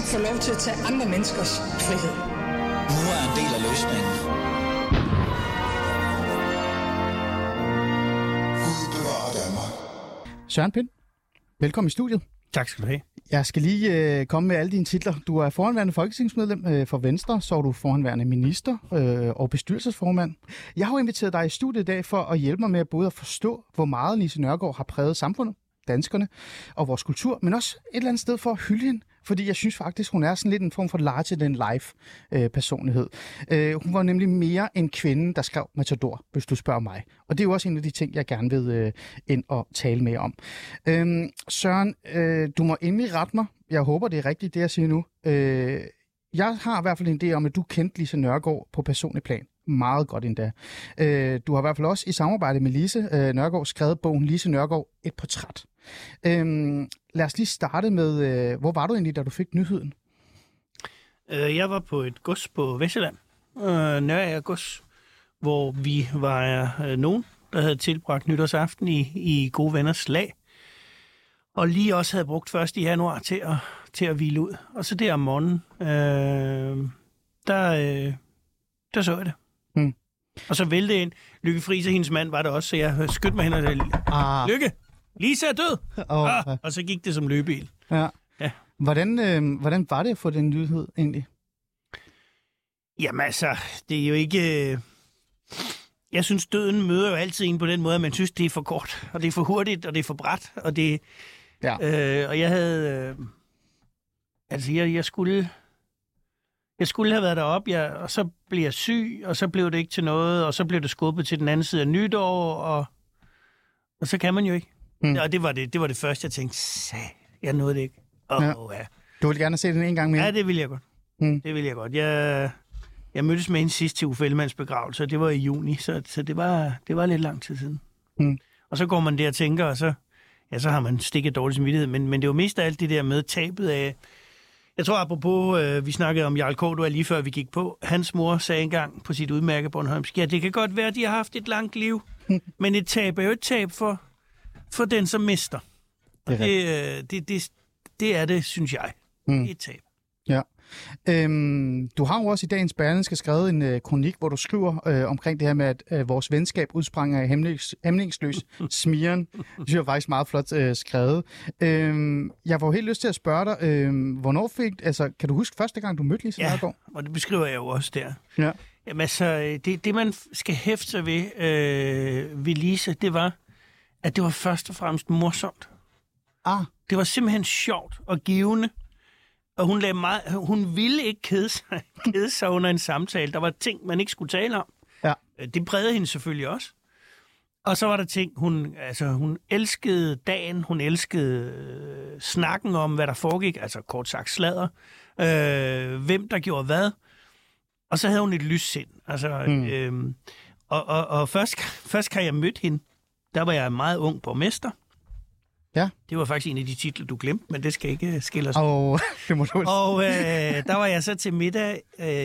få lov til at tage andre menneskers frihed. Nu er en del af løsningen. Gud bevarer Danmark. Søren Pind, velkommen i studiet. Tak skal du have. Jeg skal lige komme med alle dine titler. Du er forhenværende folketingsmedlem for Venstre, så er du forhenværende minister og bestyrelsesformand. Jeg har jo inviteret dig i studiet i dag for at hjælpe mig med at både at forstå, hvor meget Lise Nørgaard har præget samfundet, danskerne og vores kultur, men også et eller andet sted for at hylde hende, fordi jeg synes faktisk, hun er sådan lidt en form for larger-than-life personlighed. Hun var nemlig mere en kvinde, der skrev Matador, hvis du spørger mig. Og det er jo også en af de ting, jeg gerne vil ind og tale med om. Søren, du må endelig rette mig. Jeg håber, det er rigtigt, det jeg siger nu. Jeg har i hvert fald en idé om, at du kendte Lise Nørgaard på personlig plan. Meget godt endda. Du har i hvert fald også i samarbejde med Lise Nørgaard skrevet bogen Lise Nørgaard, et portræt. Lad os lige starte med, hvor var du egentlig, da du fik nyheden? Jeg var på et gods på Vestjylland, Nørager gods, hvor vi var nogen, der havde tilbragt nytårsaften i gode venners lag, og lige også havde brugt 1. januar til at hvile ud. Og så der om morgenen, der så jeg det. Og så væltede ind. Lykke Friis og hendes mand var der også, så jeg skyndte mig hen og Lykke! Lise er død! Og så gik det som løbebil. Ja. Ja. Hvordan var det at få den nyhed egentlig? Jamen altså, det er jo ikke... Jeg synes, døden møder jo altid en på den måde, at man synes, det er for kort, og det er for hurtigt, og det er for brat, og det... Ja. Og jeg havde... Jeg skulle have været deroppe, og så blev jeg syg, og så blev det ikke til noget, og så blev det skubbet til den anden side af nytår, og så kan man jo ikke. Og det var det første, jeg tænkte, jeg nåede det ikke. Ja. Du ville gerne se den en gang mere? Ja, det ville jeg godt. Det ville jeg godt. Jeg mødtes med hende sidst til Uffe Ellemanns begravelse, og det var i juni, så det var lidt lang tid siden. Og så går man der og tænker, og så har man stikket dårlig samvittighed, men det var mest af alt det der med tabet af... Jeg tror, apropos, vi snakkede om Jarl Kortua lige før vi gik på. Hans mor sagde engang på sit udmærke Bornholmsk, ja, det kan godt være, at de har haft et langt liv, men et tab er jo et tab for den, som mister. Og det er det, synes jeg. Et tab. Ja. Du har jo også i dagens Berlingske skrevet en kronik, hvor du skriver omkring det her med, at vores venskab udsprang af hæmningsløs smiren. Det synes jeg faktisk meget flot skrevet. Jeg får helt lyst til at spørge dig, hvornår kan du huske første gang, du mødte Lise Nørgaard? Ja, og det beskriver jeg jo også der. Ja. Jamen altså, det man skal hæfte sig ved Lise, det var, at det var først og fremmest morsomt. Det var simpelthen sjovt og givende. Og hun ville ikke kede sig under en samtale. Der var ting, man ikke skulle tale om. Ja. Det prægede hende selvfølgelig også. Og så var der ting, hun elskede dagen, hun elskede snakken om, hvad der foregik, altså kort sagt sladder, hvem der gjorde hvad. Og så havde hun et lyssind. Og først kan jeg mødte hende, der var jeg meget ung borgmester. Ja. Det var faktisk en af de titler, du glemte, men det skal ikke skille os. Det må du. Og der var jeg så til middag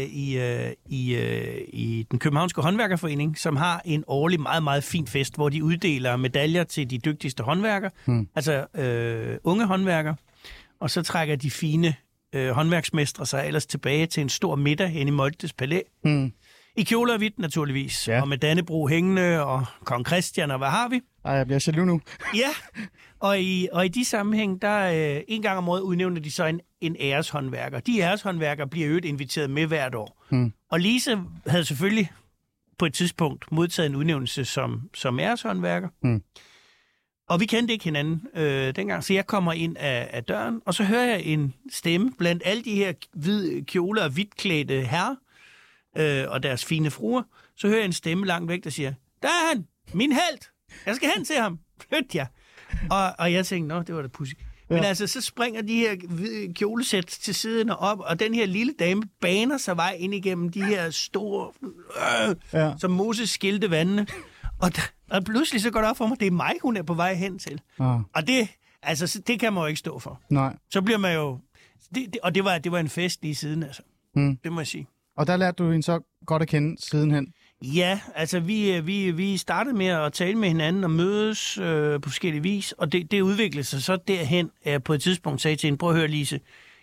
i den københavnske håndværkerforening, som har en årlig meget, meget fin fest, hvor de uddeler medaljer til de dygtigste håndværkere, altså unge håndværkere, og så trækker de fine håndværksmestre sig ellers tilbage til en stor middag hen i Moltes Palæ. I kjole og hvidt naturligvis, og med Dannebrog hængende, og kong Christian, og hvad har vi? Ej, jeg bliver jaloux nu. Ja, og i de sammenhæng, der en gang om året udnævner de så en æreshåndværker. De æreshåndværkere bliver jo inviteret med hvert år. Og Lise havde selvfølgelig på et tidspunkt modtaget en udnævnelse som æreshåndværker. Og vi kendte ikke hinanden dengang, så jeg kommer ind af døren, og så hører jeg en stemme blandt alle de her hvide kjoler og hvidtklædte herrer og deres fine fruer. Så hører jeg en stemme langt væk, der siger, der er han, min helt. Jeg skal hen til ham. Flyt jer. Og jeg tænkte, det var da pudsigt. Men altså, så springer de her kjolesæt til siden og op, og den her lille dame baner sig vej ind igennem de her store, som Moses skilte vandene. Og pludselig så går det op for mig, det er mig, hun er på vej hen til. Og det kan man jo ikke stå for. Nej. Så bliver man jo... Det var en fest lige siden, altså. Det må jeg sige. Og der lærte du hende så godt at kende sidenhen? Ja, altså vi startede med at tale med hinanden og mødes på forskellige vis, og det udviklede sig så derhen, at jeg på et tidspunkt sagde til hende, prøv at høre Lise,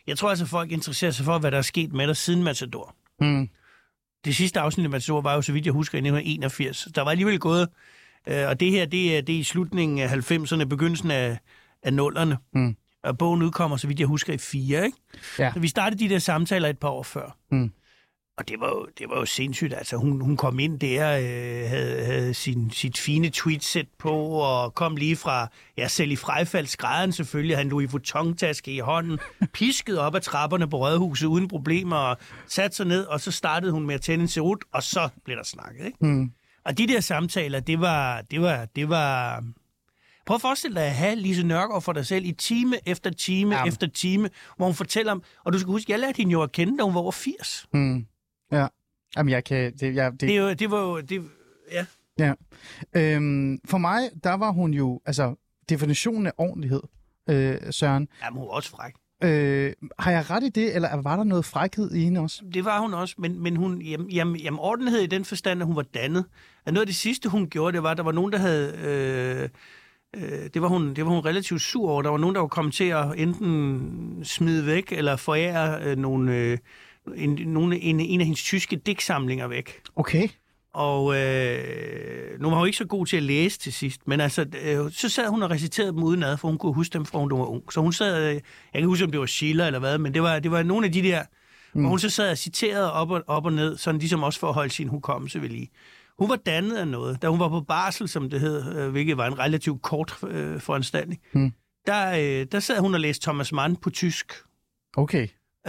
Jeg tror altså, folk interesserer sig for, hvad der er sket med dig siden Matador. Det sidste afsnit af Matador var jo, så vidt jeg husker, i 1981. Der var alligevel gået, og det her, det er i slutningen af 90'erne, begyndelsen af 0'erne. Og bogen udkommer, så vidt jeg husker, i 4, ikke? Ja. Så vi startede de der samtaler et par år før. Og det var jo sindssygt. Altså, hun kom ind der, havde sit fine tweetsæt på, og kom lige fra, selv i Frejfaldsgræden selvfølgelig, havde en Louis Vuitton-taske i hånden, piskede op ad trapperne på Rådhuset uden problemer, og satte sig ned, og så startede hun med at tænde en cerut, og så blev der snakket, ikke? Og de der samtaler, det var... Prøv at forestille dig at have Lise Nørgaard for dig selv i time efter time efter time, hvor hun fortæller om, og du skal huske, jeg lærte hende jo at kende, da hun var over 80. Ja. Jamen, jeg kan... Ja. For mig, der var hun jo... Altså, definitionen af ordentlighed, Søren. Jamen, hun var også fræk. Har jeg ret i det, eller var der noget frækhed i hende også? Det var hun også, men hun... Jamen, ordentlighed i den forstand, at hun var dannet. At noget af det sidste, hun gjorde, det var, at der var nogen, der havde... Det var hun relativt sur over. Der var nogen, der var kommet til at enten smide væk, eller forære en af hendes tyske digtsamlinger væk. Okay. Og nu var hun ikke så god til at læse til sidst, men altså, så sad hun og reciterede dem udenad, for hun kunne huske dem, fra hun var ung. Så hun sad, jeg kan huske, om det var Schiller eller hvad, men det var nogle af de der, hvor hun så sad og citerede op og ned, sådan ligesom også for at holde sin hukommelse ved lige. Hun var dannet af noget. Da hun var på barsel, som det hed, hvilket var en relativt kort foranstaltning, der sad hun og læste Thomas Mann på tysk. Okay.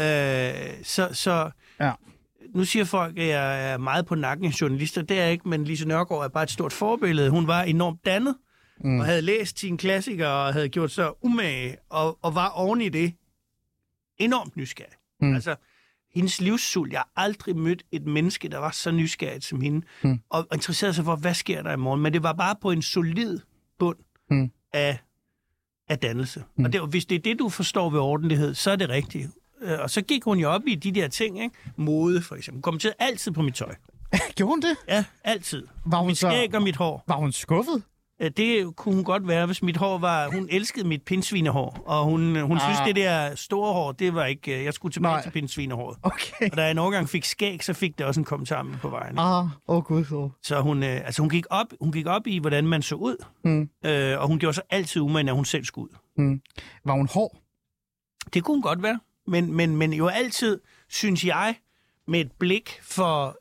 Ja. Nu siger folk, at jeg er meget på nakken af journalister. Det er jeg ikke, men Lise Nørgaard er bare et stort forbillede. Hun var enormt dannet, og havde læst sine klassikere, og havde gjort sig umage, og var oven i det enormt nysgerrig. Altså, hendes livssult. Jeg har aldrig mødt et menneske, der var så nysgerrigt som hende, og interesserede sig for, hvad sker der i morgen. Men det var bare på en solid bund af dannelse. Og hvis det er det, du forstår ved ordentlighed, så er det rigtigt. Og så gik hun jo op i de der ting, ikke? Mode, for eksempel. Hun kommenterede altid på mit tøj. Gjorde hun det? Ja, altid. Mit skæg og mit hår. Var hun skuffet? Det kunne hun godt være, hvis mit hår var... Hun elskede mit pindsvinehår, og hun synes, det der store hår, det var ikke... Jeg skulle tilbage til pindsvinehåret. Okay. Og da jeg en årgang fik skæg, så fik det også en kommentar med på vejen. Gud. Så hun gik op i, hvordan man så ud, og hun gjorde sig altid umage, når hun selv skulle ud. Var hun hård? Det kunne hun godt være. Men jo altid, synes jeg, med et blik for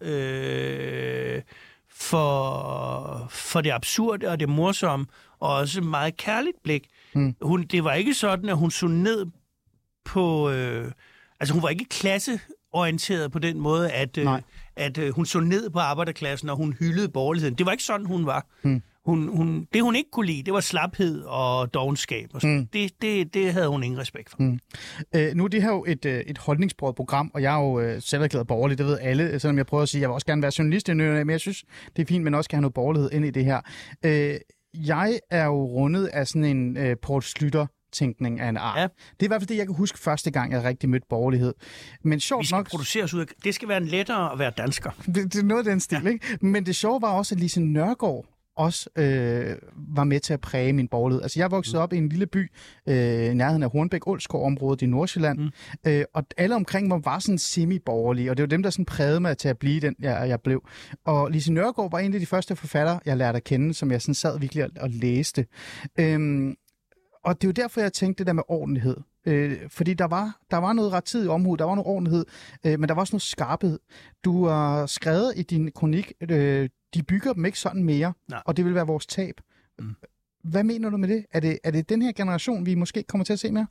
det absurde og det morsomme, og også meget kærligt blik. Det var ikke sådan, at hun så ned på... altså, hun var ikke klasseorienteret på den måde, at hun så ned på arbejderklassen, og hun hyldede borgerligheden. Det var ikke sådan, hun var. Det, hun ikke kunne lide, det var slaphed og dovenskab. Og det havde hun ingen respekt for. Nu er det her jo et holdningsbåret program, og jeg er jo selv erklæret borgerlig, det ved alle, selvom jeg prøver at sige, at jeg vil også gerne være journalist i men jeg synes, det er fint, men også kan have noget borgerlighed ind i det her. Jeg er jo rundet af sådan en Poul Schlüter-tænkning af en art. Ja. Det er i hvert fald det, jeg kan huske første gang, jeg rigtig mødte borgerlighed. Men sjovt nok... produceres ud af... Det skal være en lettere at være dansker. Det er noget af den stil, ikke? Men det sjove var også, at Lise Nørgaard også var med til at præge min borgerlighed. Altså, jeg voksede op i en lille by i nærheden af Hornbæk-Ålskov-området i Nordsjælland, og alle omkring mig var sådan semi-borgerlige, og det var dem, der sådan prægede mig til at blive den, jeg blev. Og Lise Nørgaard var en af de første forfattere, jeg lærte at kende, som jeg sådan sad virkelig og læste. Og det er jo derfor, jeg tænkte det der med ordentlighed. Fordi der var noget rettidig omhu, der var noget ordentlighed, men der var også noget skarphed. Du har skrevet i din kronik, de bygger dem ikke sådan mere, og det vil være vores tab. Hvad mener du med det? Er det den her generation, vi måske kommer til at se mere?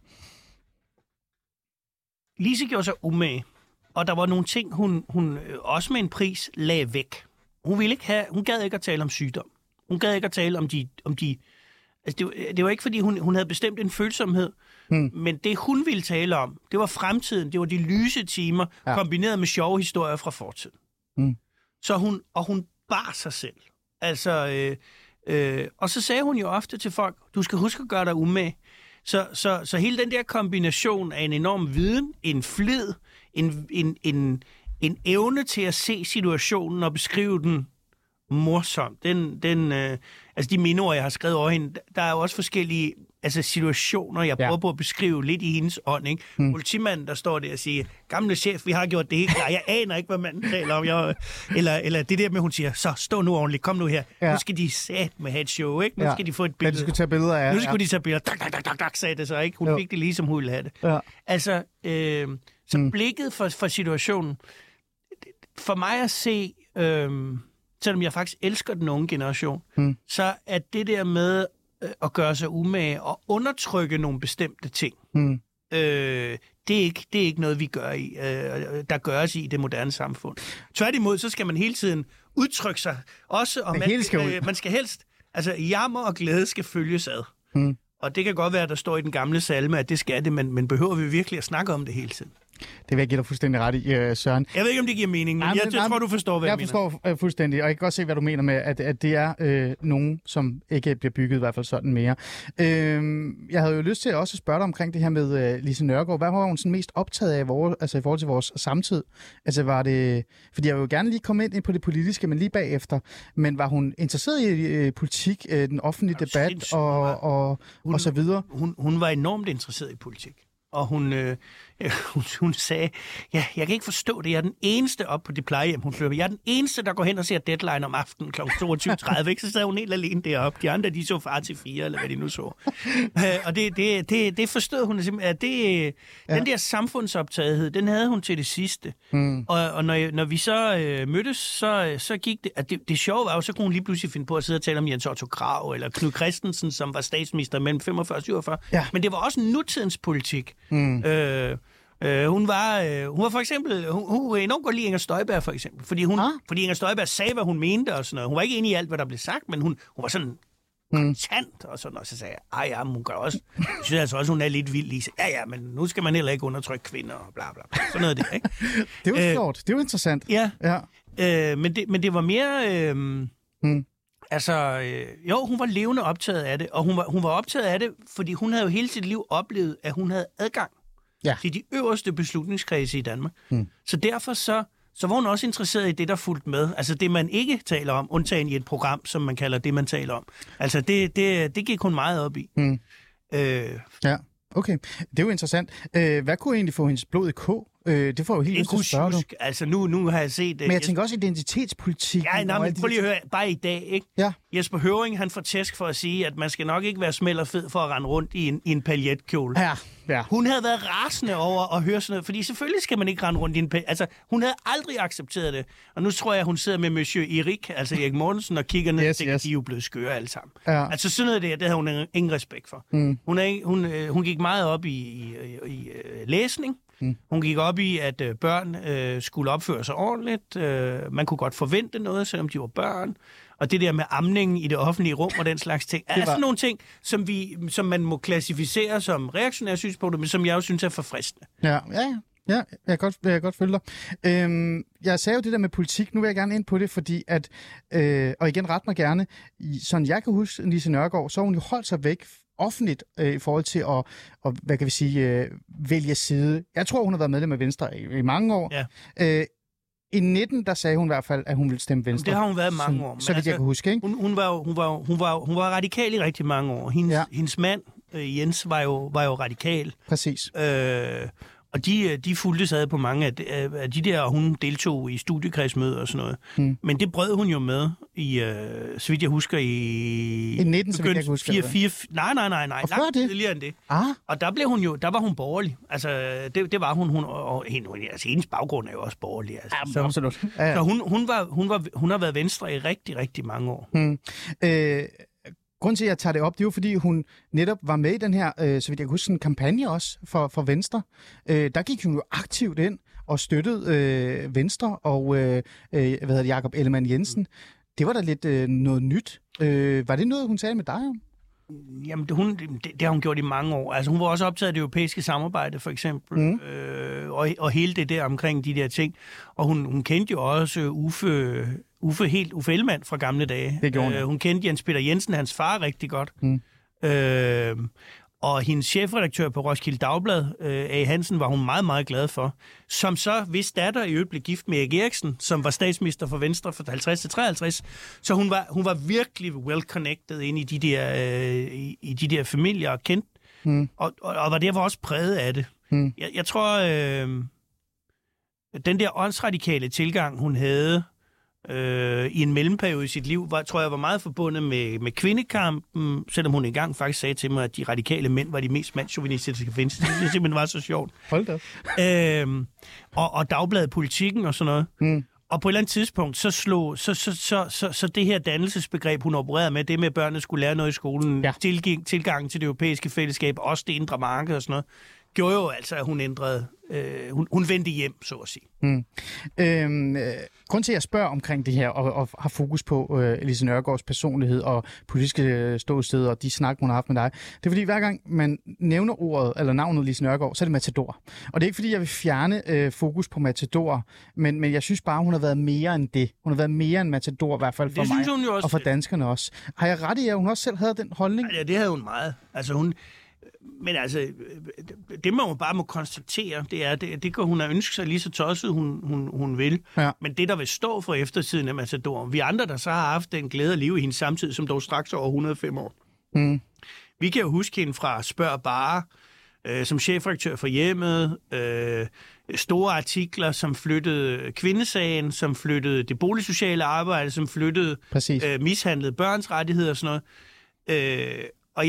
Lise gjorde sig umage, og der var nogle ting, hun også med en pris lagde væk. Hun gad ikke at tale om sygdom. Hun gad ikke at tale om de altså det var ikke, fordi hun havde bestemt en følsomhed, men det, hun ville tale om, det var fremtiden, det var de lyse timer, kombineret med sjove historier fra fortiden. Så hun bar sig selv. Altså, og så sagde hun jo ofte til folk, du skal huske at gøre dig umage. Så hele den der kombination af en enorm viden, en flid, en evne til at se situationen og beskrive den morsomt. Altså de mindeord, jeg har skrevet over hende, der er jo også forskellige altså situationer, jeg prøver på at beskrive lidt i hendes ånd. Ikke? Politimanden, der står der og siger, gamle chef, vi har gjort det helt klart. Jeg aner ikke, hvad manden taler om. Eller det der med, hun siger, så stå nu ordentligt, kom nu her. Nu skal de satme have et show, ikke? Nu skal de få et billede. Ja, de skulle tage billeder af. Nu skulle de tage billeder. Tak, sagde det så, ikke? Hun fik det lige, som hun ville have det. Ja. Altså, så blikket for situationen, for mig at se, selvom jeg faktisk elsker den unge generation, så er det der med at gøre sig umage og undertrykke nogle bestemte ting, det er ikke noget, vi gør der gøres i det moderne samfund. Tværtimod, så skal man hele tiden udtrykke sig også, og man skal helst, altså jammer og glæde skal følges ad. Og det kan godt være, at der står i den gamle salme, at det skal det, men behøver vi virkelig at snakke om det hele tiden? Det vil jeg give dig fuldstændig ret i, Søren. Jeg ved ikke, om det giver mening, men jeg tror, du forstår, hvad jeg mener. Jeg forstår fuldstændig, og jeg kan godt se, hvad du mener med, at det er nogen, som ikke bliver bygget i hvert fald sådan mere. Jeg havde jo lyst til også at spørge dig omkring det her med Lise Nørgaard. Hvad var hun sådan mest optaget af i forhold til vores samtid? Altså var det... Fordi jeg vil jo gerne lige komme ind på det politiske, men lige bagefter. Men var hun interesseret i politik, den offentlige debat og så videre? Hun var enormt interesseret i politik. Og hun sagde, ja, jeg kan ikke forstå det. Jeg er den eneste op på det plejehjem, hun flytter. Jeg er den eneste, der går hen og ser Deadline om aftenen kl. 22.30. Ikke? Så sad hun helt alene deroppe. De andre, de så Far til 4, eller hvad de nu så. Og det forstod hun simpelthen, at den der samfundsoptagethed, den havde hun til det sidste. Og når vi så mødtes, så gik det... At det sjove var jo, så kunne hun lige pludselig finde på at sidde og tale om Jens Otto Krag, eller Knud Christensen, som var statsminister mellem 45 og 47. Ja. Men det var også nutidens politik. Hun var for eksempel, hun enormt godt lide Inger Støjberg for eksempel, fordi Inger Støjberg sagde, hvad hun mente og sådan noget. Hun var ikke enig i alt, hvad der blev sagt, men hun var sådan kontant og sådan, og så sagde jeg, hun gør også, jeg synes altså også, hun er lidt vild i sig. Ja, men nu skal man heller ikke undertrykke kvinder og bla bla bla. Sådan noget det, ikke? Det var sjovt, det var interessant. Ja. Men det var mere... Jo, hun var levende optaget af det, og hun var optaget af det, fordi hun havde jo hele sit liv oplevet, at hun havde adgang til de øverste beslutningskredse i Danmark. Så derfor så var hun også interesseret i det, der fulgte med. Altså det, man ikke taler om, undtagen i et program, som man kalder det, man taler om. Altså det gik hun meget op i. Ja, okay. Det er jo interessant. Hvad kunne egentlig få hendes blod i kog? Det får jo helt lyst til at spørge dig. Altså nu har jeg set... Men jeg tænker også identitetspolitik. Ja, men prøv lige at høre. Bare i dag, ikke? Ja. Jesper Høring, han får tæsk for at sige, at man skal nok ikke være smæld og fed for at rende rundt i en paljetkjole. Ja. Hun havde været rasende over at høre sådan noget, fordi selvfølgelig skal man ikke rende rundt i en altså, hun havde aldrig accepteret det. Og nu tror jeg, hun sidder med Monsieur Erik, altså Erik Mortensen, og kigger ned og tænker, de er jo blevet skøre alle sammen. Ja. Altså sådan noget det havde hun ingen respekt for. Hun gik meget op i læsning. Hun gik op i, at børn skulle opføre sig ordentligt. Man kunne godt forvente noget, selvom de var børn. Og det der med amningen i det offentlige rum og den slags ting. Er sådan nogle ting, som man må klassificere som reaktionære synspunkter, men som jeg jo synes er forfriskende. Ja, jeg kan godt følge dig. Jeg sagde jo det der med politik, nu vil jeg gerne ind på det, fordi at, og igen ret mig gerne, sådan jeg kan huske Lise Nørgaard, så hun jo holdt sig væk offentligt i forhold til at hvad kan vi sige, vælge side. Jeg tror, hun har været medlem af Venstre i mange år. Ja. I 19, der sagde hun i hvert fald, at hun ville stemme Venstre. Det har hun været mange år. Så vidt jeg kan huske, ikke? Hun var radikal i rigtig mange år. Hendes mand, Jens, var jo radikal. Præcis. Og de fulgte sig på mange af de der, og hun deltog i studiekredsmøder og sådan noget. Men det brød hun jo med i, så vidt jeg husker, i 19, så vidt jeg husker. 4, nej, langt tidligere end det. Og der var hun borgerlig. Altså, det var hun og hendes baggrund er jo også borgerlig. Altså. Ja, absolut. Ja. Så hun har været Venstre i rigtig, rigtig mange år. Grunden til, at jeg tager det op, det er jo, fordi hun netop var med i den her, så vidt jeg kan huske, en kampagne også for Venstre. Der gik hun jo aktivt ind og støttede Venstre og Jakob Ellemann-Jensen. Det var da lidt noget nyt. Var det noget, hun sagde med dig om? Jamen, det har hun gjort i mange år. Altså, hun var også optaget af det europæiske samarbejde, for eksempel, og hele det der omkring de der ting. Og hun kendte jo også Uffe Ellemann fra gamle dage. Det gjorde hun. Hun kendte Jens Peter Jensen, hans far, rigtig godt. Og hendes chefredaktør på Roskilde Dagblad, A. Hansen, var hun meget, meget glad for. Som så, hvis datter i øvrigt blev gift med Erik Eriksen, som var statsminister for Venstre fra 50 til 53. Så hun var virkelig well-connected ind i de der familier og kendt. Og var derfor også præget af det. Jeg tror, den der åndsradikale tilgang, hun havde i en mellemperiode i sit liv, tror jeg var meget forbundet med kvindekampen, selvom hun engang faktisk sagde til mig, at de radikale mænd var de mest mandschauvinistiske, der findes. Det simpelthen var så sjovt. Hold da. Og Dagbladet Politikken og sådan noget. Og på et eller andet tidspunkt, så det her dannelsesbegreb, hun opererede med, det med, at børnene skulle lære noget i skolen, tilgangen til det europæiske fællesskab, også det indre marked og sådan noget, gjorde jo altså, at hun ændrede, hun vendte hjem, så at sige. Grunden til, at jeg spørger omkring det her, og har fokus på Lise Nørgaards personlighed og politiske ståsted og de snak, hun har haft med dig, det er fordi, hver gang man nævner ordet, eller navnet Lise Nørgaard, så er det Matador. Og det er ikke fordi, jeg vil fjerne fokus på Matador, men jeg synes bare, hun har været mere end det. Hun har været mere end Matador, i hvert fald for mig, og for danskerne også. Har jeg ret i, at hun også selv havde den holdning? Ja, det havde hun meget. Altså Men altså, det man bare må konstatere, det er, det kan hun have ønsket sig lige så tosset, hun vil. Ja. Men det, der vil stå for eftertiden af Matador, vi andre, der så har haft den glæde at leve i hendes samtid, som dog straks over 105 år. Vi kan jo huske hende fra Spørg Bare, som chefredaktør for Hjemmet, store artikler, som flyttede kvindesagen, som flyttede det boligsociale arbejde, som flyttede mishandlede børns rettigheder og sådan noget. Og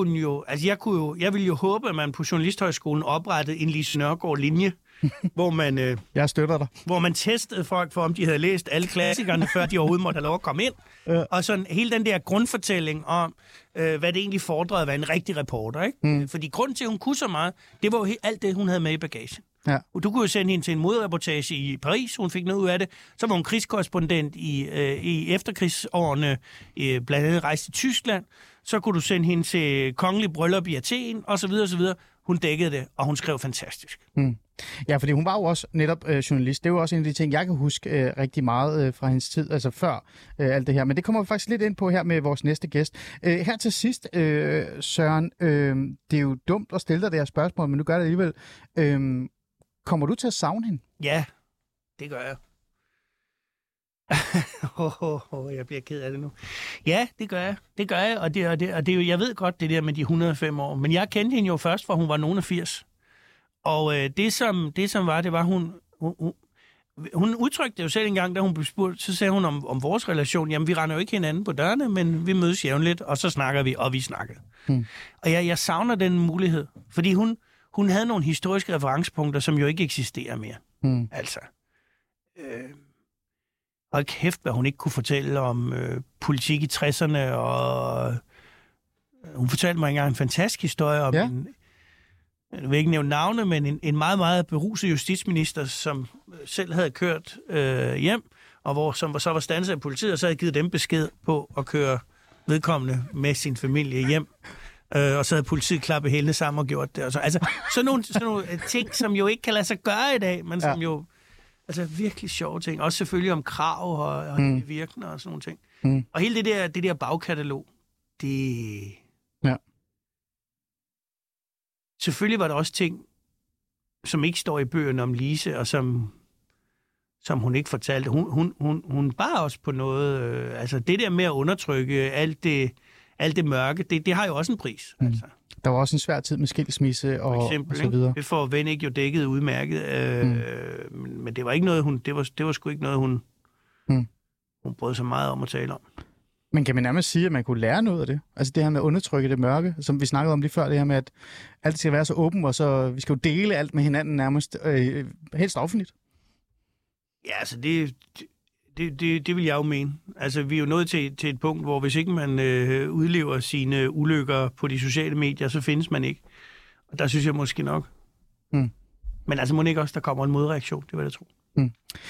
jeg ville jo håbe, at man på Journalisthøjskolen oprettede en Lise Nørgaard-linje, hvor man... jeg støtter dig. Hvor man testede folk for, om de havde læst alle klassikerne, før de overhovedet måtte have lov at komme ind. Ja. Og sådan hele den der grundfortælling om, hvad det egentlig fordrede at være en rigtig reporter, ikke? Fordi grunden til, at hun kunne så meget, det var jo alt det, hun havde med i bagagen. Ja. Du kunne jo sende hende til en modreportage i Paris, hun fik noget ud af det. Så var hun krigskorrespondent i efterkrigsårene, blandt andet rejst til Tyskland. Så kunne du sende hende til kongelig bryllup i Athen, og så videre, og så videre. Hun dækkede det, og hun skrev fantastisk. Ja, fordi hun var jo også netop journalist. Det er jo også en af de ting, jeg kan huske rigtig meget fra hendes tid, altså før alt det her. Men det kommer vi faktisk lidt ind på her med vores næste gæst. Her til sidst, Søren, det er jo dumt at stille dig det her spørgsmål, men nu gør det alligevel. Kommer du til at savne hende? Ja, det gør jeg. Jeg bliver ked af det nu. Ja, det gør jeg. Og det er jo, jeg ved godt det der med de 105 år, men jeg kendte hende jo først, for hun var nogen af 80. Og det som var, hun udtrykte jo selv en gang, da hun blev spurgt, så sagde hun om vores relation, jamen vi render jo ikke hinanden på dørene, men vi mødes jævnligt, og så snakker vi, og vi snakkede. Og jeg savner den mulighed, fordi hun havde nogle historiske referencepunkter, som jo ikke eksisterer mere. Altså. Og kæft, hvad hun ikke kunne fortælle om politik i 60'erne, og hun fortalte mig engang en fantastisk historie om jeg vil ikke nævne navne, men en meget, meget beruset justitsminister, som selv havde kørt hjem, og som så var standset af politiet, og så havde givet dem besked på at køre vedkommende med sin familie hjem. Og så havde politiet klappet hælene sammen og gjort det. Altså sådan nogle ting, som jo ikke kan lade sig gøre i dag, men som jo... Altså virkelig sjove ting. Også selvfølgelig om krav og virkninger og sådan nogle ting. Og hele det der bagkatalog, det... Ja. Selvfølgelig var der også ting, som ikke står i bøgerne om Lise, og som hun ikke fortalte. Hun bar også på noget... altså det der med at undertrykke alt det mørke, det har jo også en pris. Altså. Der var også en svær tid med skilsmisse og så videre. Det får Ven ikke jo dækket udmærket, men det var ikke noget, det var sgu ikke noget, hun brød så meget om at tale om. Men kan man nærmest sige, at man kunne lære noget af det? Altså det her med at undertrykke det mørke, som vi snakkede om lige før, det her med, at alt skal være så åbent, og så vi skal jo dele alt med hinanden nærmest, helst offentligt. Ja, altså det vil jeg jo mene. Altså, vi er jo nået til et punkt, hvor hvis ikke man udlever sine ulykker på de sociale medier, så findes man ikke. Og der synes jeg måske nok. Men altså, må ikke også, der kommer en modreaktion, det vil jeg tro.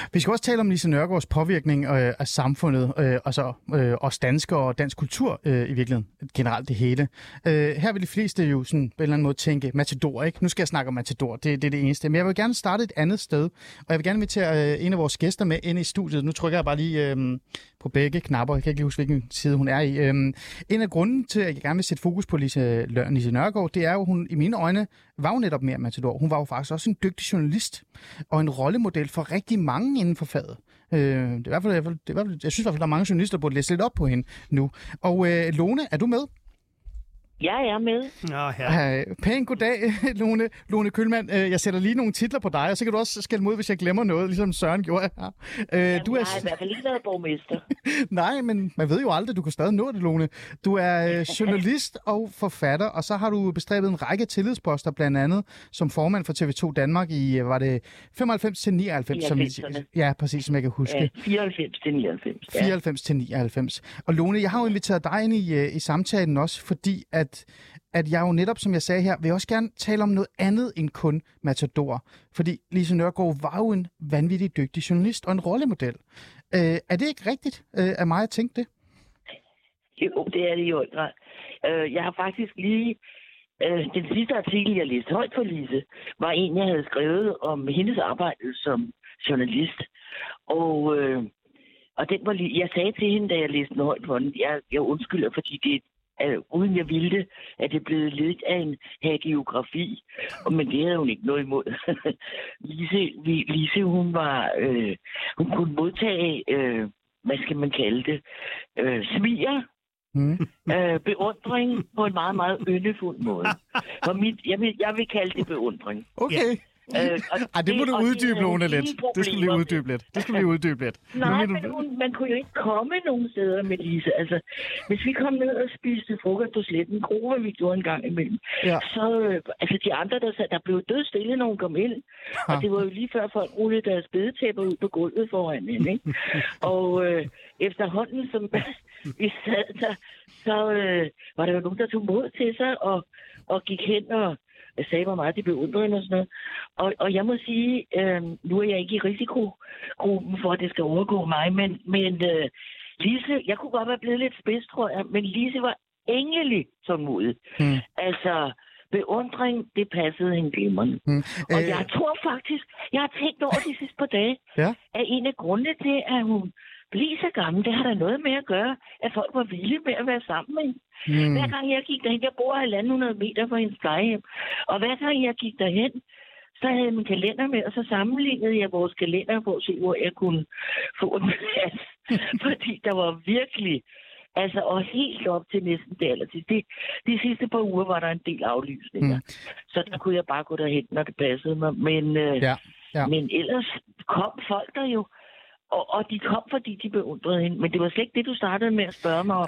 Vi skal også tale om Lise Nørgaards påvirkning af samfundet, altså os danskere og dansk kultur i virkeligheden, generelt det hele. Her vil de fleste jo sådan på en eller anden måde tænke Matador, ikke? Nu skal jeg snakke om Matador, det er det eneste. Men jeg vil gerne starte et andet sted, og jeg vil gerne invitere en af vores gæster med ind i studiet. Nu trykker jeg bare lige på begge knapper, jeg kan ikke lige huske, hvilken side hun er i. En af grunden til, at jeg gerne vil sætte fokus på Lise Nørgaard, det er jo, hun i mine øjne var jo netop mere Matador. Hun var jo faktisk også en dygtig journalist og en rollemodel for rigtig mange inden for faget. Jeg synes i hvert fald, der er mange journalister, der burde læse lidt op på hende nu. Og Lone, er du med? Jeg er med. Pæn goddag, Lone Kühlmann. Jeg sætter lige nogle titler på dig, og så kan du også skælde mod, hvis jeg glemmer noget, ligesom Søren gjorde her. Du jeg har i hvert fald ikke været borgmester. Nej, men man ved jo aldrig, du kan stadig nå det, Lone. Du er journalist og forfatter, og så har du bestræbet en række tillidsposter, blandt andet som formand for TV2 Danmark i, var det 95 til 99? Ja, præcis, som jeg kan huske. 94 til 99. 94 til 99. Og Lone, jeg har jo inviteret dig ind i samtalen også, fordi at jeg jo netop, som jeg sagde her, vil også gerne tale om noget andet end kun Matador. Fordi Lise Nørgaard var jo en vanvittig dygtig journalist og en rollemodel. Er det ikke rigtigt af mig at tænke det? Jo, det er det jo. Jeg har faktisk lige... den sidste artikel, jeg læste højt for Lise, var en, jeg havde skrevet om hendes arbejde som journalist. Og den var jeg sagde til hende, da jeg læste den højt for den, jeg undskylder, fordi det uden jeg ville det, at det blev lidt af en hagiografi. Men det havde hun ikke noget imod. Lise, hun kunne modtage, hvad skal man kalde det, smiger, beundring på en meget, meget yndefuld måde. Jeg vil kalde det beundring. Okay. Det må du uddybe, Lone, lidt. Det skal vi uddybe lidt. Nej, men man kunne jo ikke komme nogen steder med Lise. Altså, hvis vi kom ned og spiste frokost på Sletten, Grove, vi gjorde en gang imellem, så de andre, der blev dødstille, når hun kom ind. Og det var jo lige før folk rullede deres bedetæpper ud på gulvet foran hende, ikke? Og efterhånden, som vi sad der, så var der jo nogen, der tog mod til sig og gik hen og jeg sagde, hvor meget det beundrede og sådan noget. Og jeg må sige, nu er jeg ikke i risikogruppen for, at det skal overgå mig, men Lise, jeg kunne godt være blevet lidt spids, tror jeg, men Lise var endelig tålmodig. Altså, beundring, det passede hende glimrende. Og jeg tror faktisk, jeg har tænkt over de sidste par dage, at en af grundene til, at hun blev så gammel, det har der noget med at gøre, at folk var villige med at være sammen med hende. Hver gang jeg gik derhen, jeg bor 1.500 meter fra hendes plejehjem, og hver gang jeg gik derhen, så havde jeg min kalender med, og så sammenlignede jeg vores kalender for at se, hvor jeg kunne få en plads. Fordi der var virkelig, og helt op til næsten det allersidste. De sidste par uger var der en del aflysninger. Så der kunne jeg bare gå derhen, når det passede mig. Men ellers kom folk der jo. Og de kom, fordi de beundrede hende. Men det var slet ikke det, du startede med at spørge mig om.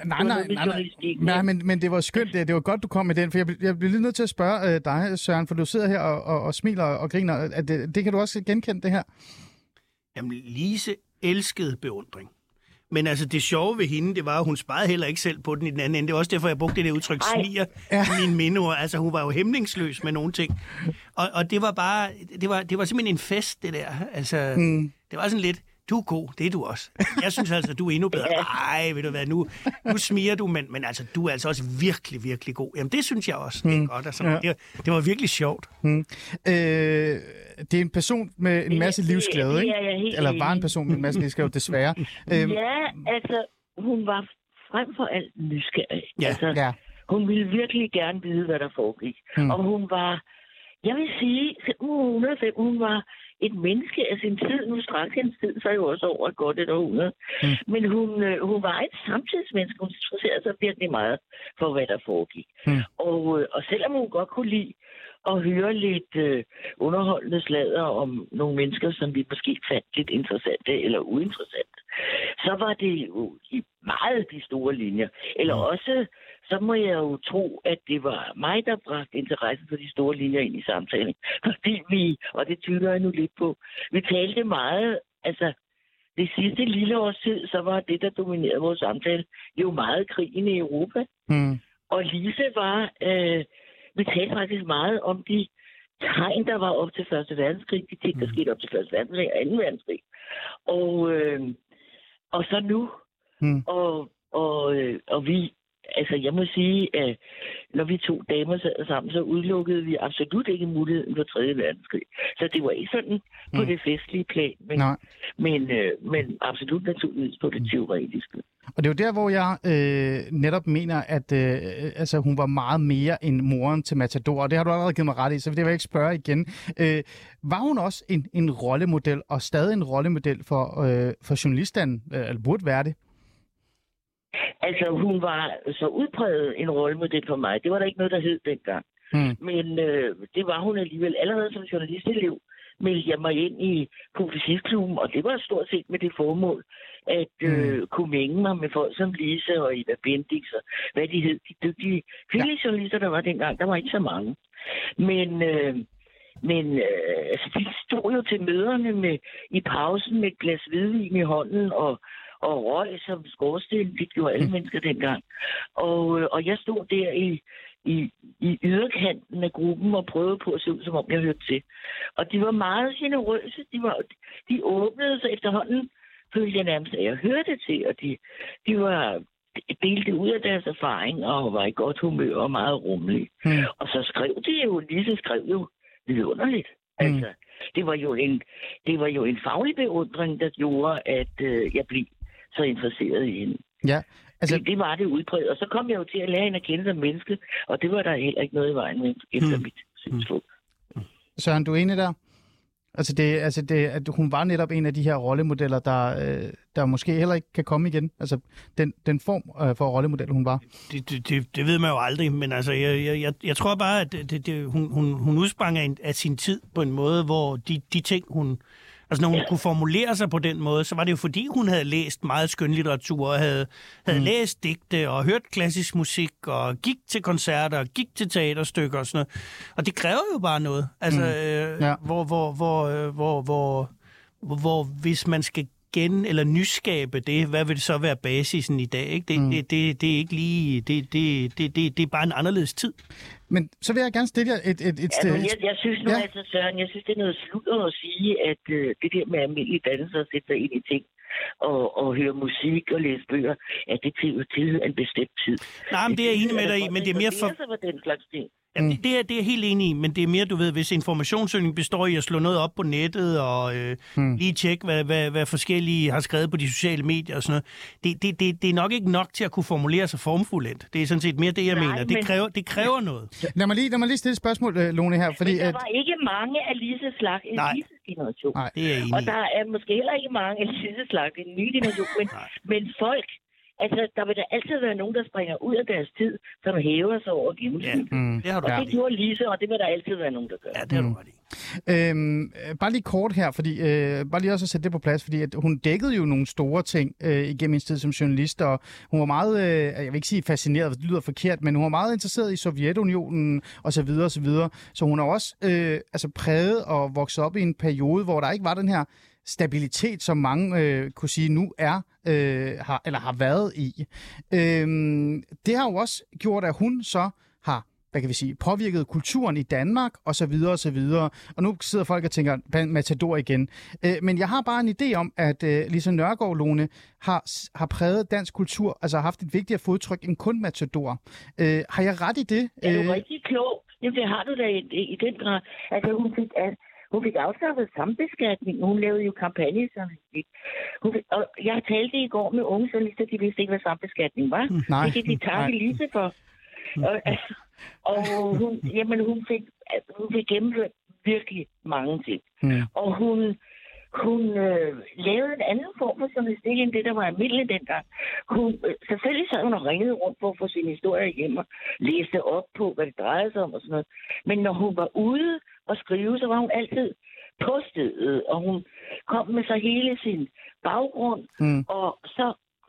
Nej, men det var skønt. Det var godt, du kom med den. For jeg bliver lidt nødt til at spørge dig, Søren, for du sidder her og smiler og griner. Det kan du også genkende, det her? Jamen, Lise elskede beundring. Men altså, det sjove ved hende, det var, at hun sparede heller ikke selv på den i den anden ende. Det var også derfor, jeg brugte det udtryk smiger i mine mindeord. Altså, hun var jo hæmningsløs med nogle ting. Og det var bare... Det var simpelthen en fest, det der. Altså, det var sådan lidt... Du er god, det er du også. Jeg synes altså, du er endnu bedre. Nej, ved du hvad, nu smiger du, men altså, du er altså også virkelig, virkelig god. Jamen, det synes jeg også. Det er godt. Altså, det var virkelig sjovt. Det er en person med en masse livsglæde, ikke? Eller var en person med en masse livsglæde, desværre. Hun var frem for alt nysgerrig. Hun ville virkelig gerne vide, hvad der foregik. Og hun var, jeg vil sige, hun var et menneske af sin tid. Nu straks hendes tid, så er jo også over godt et århundrede. Men hun var et samtidsmenneske. Hun interesserede sig virkelig meget for, hvad der foregik. Og selvom hun godt kunne lide at høre lidt underholdende sladder om nogle mennesker, som vi måske fandt lidt interessante eller uinteressante, så var det jo i meget de store linjer. Eller også, så må jeg jo tro, at det var mig, der bragte interesse for de store linjer ind i samtalen. Fordi vi, og det tyder jeg nu lidt på, vi talte meget, det sidste lille års tid, så var det, der dominerede vores samtale, jo meget krigen i Europa. Og Lise var, vi talte faktisk meget om de tegn, der var op til 1. verdenskrig, de ting, der skete op til 1. verdenskrig og 2. verdenskrig. Og så nu. Og vi, altså jeg må sige, at når vi 2 damer sad sammen, så udelukkede vi absolut ikke muligheden for 3. verdenskrig. Så det var ikke sådan på det festlige plan, men absolut naturligvis på det teoretiske. Og det er jo der, hvor jeg netop mener, at altså, hun var meget mere end moren til Matador, og det har du allerede givet mig ret i, så det vil jeg ikke spørge igen. Var hun også en rollemodel, og stadig en rollemodel for journalisterne, eller burde være det? Altså, hun var så udpræget en rollemodel for mig. Det var der ikke noget, der hed dengang. Men det var hun alligevel. Allerede som journalistelev meldte jeg mig ind i Publicistklubben, og det var stort set med det formål, at kunne mænge mig med folk som Lise og Eva Bendix, og hvad de hed, de dygtige kvindelige journalister, der var dengang. Der var ikke så mange. Men altså, de stod jo til møderne i pausen med et glas hvidvin i hånden, og røg som skorsten. Det gjorde alle mennesker dengang. Og jeg stod der i yderkanten af gruppen og prøvede på at se ud, som om jeg hørte til. Og de var meget generøse. De åbnede sig efterhånden, følte jeg nærmest, at jeg hørte til. Og de var delte ud af deres erfaring og var i godt humør og meget rummelige. Og så skrev de jo, Lise skrev jo vidunderligt. Altså, det var jo en faglig beundring, der gjorde, at jeg blev så interesseret i hende. Ja, altså... det var det udbredt. Og så kom jeg jo til at lære hende at kende som menneske, og det var der heller ikke noget i vejen med, efter mit synspunkt. Søren, du er enig der? At hun var netop en af de her rollemodeller, der måske heller ikke kan komme igen. Altså, den form for rollemodel, hun var. Det ved man jo aldrig, men altså, jeg tror bare, at hun udsprang af sin tid på en måde, hvor de ting, altså når hun kunne formulere sig på den måde, så var det jo fordi, hun havde læst meget skønlitteratur, og havde læst digte, og hørt klassisk musik, og gik til koncerter, og gik til teaterstykker og sådan noget. Og det kræver jo bare noget. Altså, hvor hvis man skal eller nyskabe det, hvad vil det så være basisen i dag? Ikke? Det er ikke lige... Det er bare en anderledes tid. Men så vil jeg gerne stille jer et sted... Jeg synes nu, altså Søren, jeg synes, det er noget sludder at sige, at det der med almindelige dannelser at sætte sig ind i ting, og høre musik og læse bøger, at det tilhører en bestemt tid. Nej, men det er jeg enig med dig i, men det er mere for... den slags ting. Jamen, det er jeg helt enig i, men det er mere, du ved, hvis informationssøgning består i at slå noget op på nettet og lige tjekke, hvad forskellige har skrevet på de sociale medier og sådan noget. Det er nok ikke nok til at kunne formulere sig formfuldt. Det er sådan set mere det, jeg mener. Det kræver noget. Lad mig lige stille et spørgsmål, Lone, her. Fordi, men der var ikke mange af Lises slag i Lises generation. Nej, det er jeg enig i. Og der er måske heller ikke mange af Lises slag i den nye generation, men folk... Altså, der vil der altid være nogen, der springer ud af deres tid, som hæver sig over gennemsnit. Det har du og det gjorde Lise, og det vil der altid være nogen, der gør. Ja, det har du ret i. Bare lige kort her, fordi bare lige også at sætte det på plads, fordi at hun dækkede jo nogle store ting igennem hendes tid som journalist, og hun var meget, jeg vil ikke sige fascineret, det lyder forkert, men hun var meget interesseret i Sovjetunionen og så videre og så videre. Så hun er også præget og vokset op i en periode, hvor der ikke var den her stabilitet, som mange kunne sige nu har været i. Det har jo også gjort, at hun så har, påvirket kulturen i Danmark, og så videre, og så videre. Og nu sidder folk og tænker, Matador igen. Men jeg har bare en idé om, at Lise Nørgaard, Lone, har præget dansk kultur, altså har haft et vigtigere fodtryk end kun Matador. Har jeg ret i det? Er du rigtig klog? Jamen, det har du da i den grad. Altså, hun fik afskaffet sambeskatning. Hun lavede jo kampagnejournalistik. Og jeg talte i går med unge journalister, de vidste ikke, hvad sambeskatning var. Nej. Det kan de takke Lise for. Og hun fik gennemført virkelig mange ting. Og hun lavede en anden form for journalistik, end det, der var almindeligt dengang. Selvfølgelig sad hun og ringede rundt for at få sine historier hjem og læste op på, hvad det drejede sig om og sådan noget. Men når hun var ude og skrive, så var hun altid på stedet, og hun kom med så hele sin baggrund, og så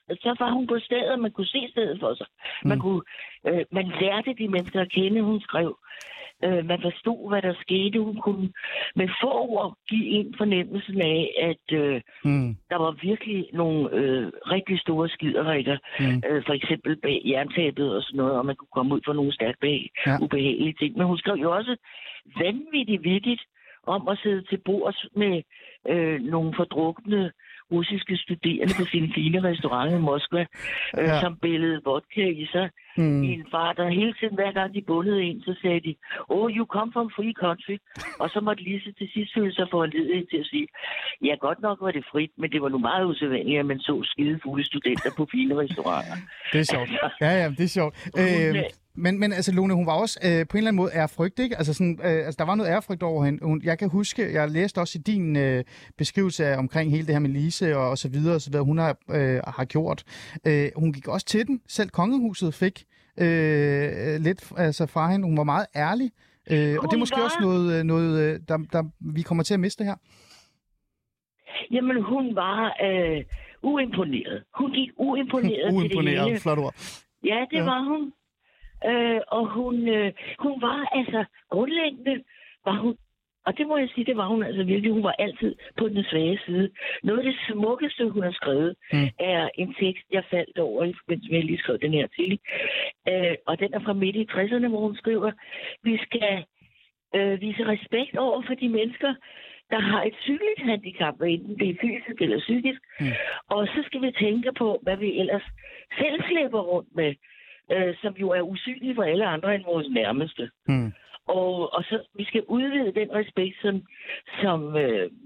så var hun på stedet, og man kunne se stedet for sig. Man lærte de mennesker at kende, hun skrev. Man forstod, hvad der skete. Hun kunne med få ord give en fornemmelsen af, at der var virkelig nogle rigtig store skiderikker. For eksempel bag jerntabet og sådan noget, og man kunne komme ud for nogle stærkt ubehagelige ting. Men hun skrev jo også vanvittigt om at sidde til bords med nogle fordrukne russiske studerende på sin fine restaurant i Moskva, som billede vodka i sig i en fart, og hele tiden, hver gang de bundede ind, så sagde de, you come from free country, og så måtte Lise til sidst føle sig foranlediget til at sige, ja, godt nok var det frit, men det var nu meget usædvanligt, at man så skide fulde studenter på fine restauranter. Det er sjovt. Ja, det er sjovt. Men altså, Lone, hun var også på en eller anden måde ærefrygt, ikke? Altså, sådan, der var noget ærefrygt over hende. Jeg kan huske, jeg læste også i din beskrivelse af, omkring hele det her med Lise og så videre, hun har gjort. Hun gik også til den. Selv kongehuset fik lidt fra hende. Hun var meget ærlig. Og det er måske også noget der vi kommer til at miste her. Jamen, hun var uimponeret. Hun gik uimponeret til det hele. Flot ord. Ja, det var hun. Og hun var altså grundlæggende, var hun, og det må jeg sige, det var hun altså virkelig, hun var altid på den svage side. Noget af det smukkeste, hun har skrevet, er en tekst, jeg faldt over i forbindelse med, at jeg lige skrev den her artikel. Og den er fra midt i 60'erne, hvor hun skriver, vi skal vise respekt over for de mennesker, der har et psykisk handicap, enten det er fysisk eller psykisk. Og så skal vi tænke på, hvad vi ellers selv slipper rundt med, som jo er usynlige for alle andre end vores nærmeste. Og så vi skal udvide den respekt, som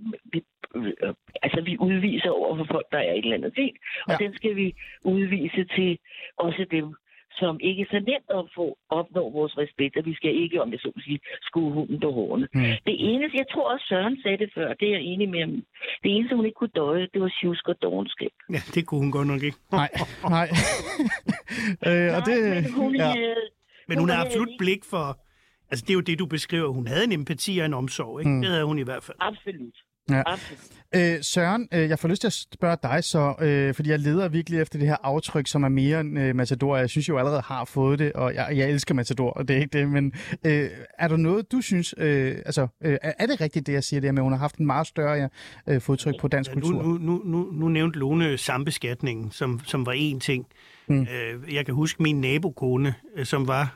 vi udviser over for folk, der er et eller andet ting. Og den skal vi udvise til også dem, som ikke så nemt opnår vores respekt, og vi skal ikke, om jeg så må sige, skue hunden på hårene. Det eneste, jeg tror også Søren sagde det før, det er jeg enig med ham. Det eneste, hun ikke kunne døje, det var sjusk og dovenskab. Ja, det kunne hun godt nok ikke. Nej. Og det, men hun har absolut blik for, altså det er jo det, du beskriver. Hun havde en empati og en omsorg, ikke? Det havde hun i hvert fald. Absolut. Ja. Søren, jeg får lyst til at spørge dig så, fordi jeg leder virkelig efter det her aftryk, som er mere end Matador. Jeg synes jo allerede har fået det, og jeg elsker Matador, og det er ikke det, men er der noget, du synes, er det rigtigt det, jeg siger, det med, at hun har haft en meget større fodtryk på dansk kultur? Nu nævnte Lone sambeskatningen, som var én ting. Jeg kan huske min nabokone, som var,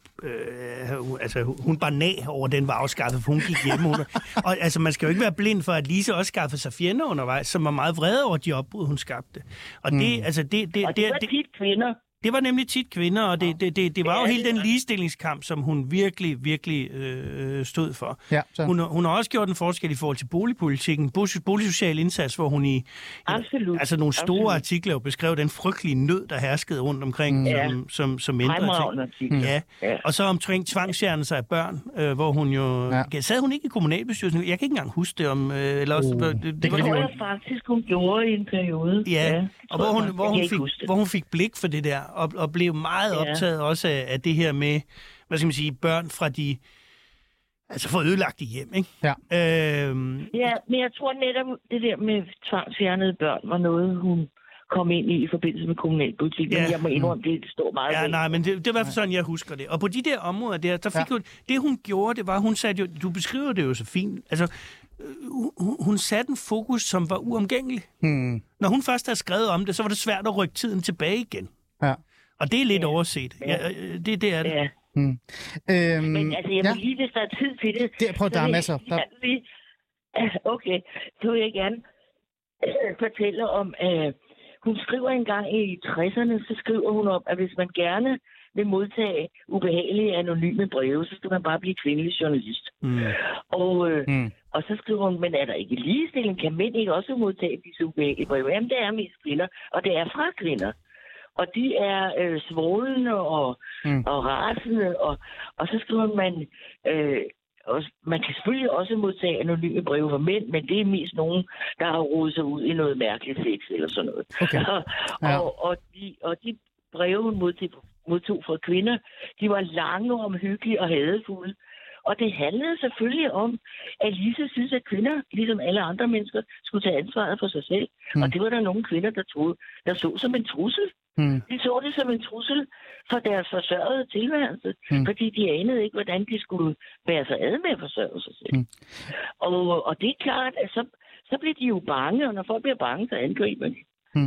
hun bar nag over, den var afskaffet, for hun gik hjemme. Og altså, man skal jo ikke være blind for, at Lise også skaffede sig fjender undervejs, som var meget vrede over de opbrud, hun skabte. Og det var tit kvinder. Det var nemlig tit kvinder, og det var jo hele den ligestillingskamp, som hun virkelig stod for. Ja, hun har også gjort en forskel i forhold til boligpolitikken, boligsocial indsats, hvor hun i nogle store artikler beskrev den frygtelige nød, der herskede rundt omkring som mindre ting. Ja. Og så omkring tvangsfjernelse af børn, hvor hun jo... Sad hun ikke i kommunalbestyrelsen? Jeg kan ikke engang huske det om... Det tror jeg faktisk, hun gjorde i en periode. Ja, og hvor hun fik blik for det der, og blev meget optaget også af det her med, hvad skal man sige, børn fra de, altså fra ødelagte hjem, ikke? Ja. Men jeg tror netop, det der med tvangsfjernede børn var noget, hun kom ind i forbindelse med kommunalpolitik, men jeg må indrømme, det står meget. Ja, nej, men det er i hvert fald sådan, jeg husker det. Og på de der områder der fik hun, det hun gjorde, det var, hun satte jo, du beskriver det jo så fint, altså, hun satte en fokus, som var uomgængelig. Når hun først havde skrevet om det, så var det svært at rykke tiden tilbage igen. Ja. Og det er lidt overset. Ja, det er det. Ja. Men altså, jeg vil lige, hvis der er tid til det... Prøv, der er masser. Okay, så vil jeg gerne fortælle om... hun skriver engang i 60'erne, så skriver hun om, at hvis man gerne vil modtage ubehagelige anonyme breve, så skal man bare blive kvindelig journalist. Og så skriver hun, men er der ikke ligestilling? Kan mænd ikke også modtage disse ubehagelige breve? Jamen, det er mest kvinder, og det er fra kvinder. Og de er svålende og rasende, og så skriver man... man kan selvfølgelig også modtage anonyme breve fra mænd, men det er mest nogen, der har rodet sig ud i noget mærkeligt sex eller sådan noget. Okay. Og de breve, hun modtog fra kvinder, de var lange og omhyggelige og hadefulde. Og det handlede selvfølgelig om, at Lise synes, at kvinder, ligesom alle andre mennesker, skulle tage ansvaret for sig selv. Og det var der nogle kvinder, der så som en trussel. De så det som en trussel for deres forsørgede tilværelse, fordi de anede ikke, hvordan de skulle bære sig ad med at forsørge sig selv. Og det er klart, at så bliver de jo bange, og når folk bliver bange, så angriber de.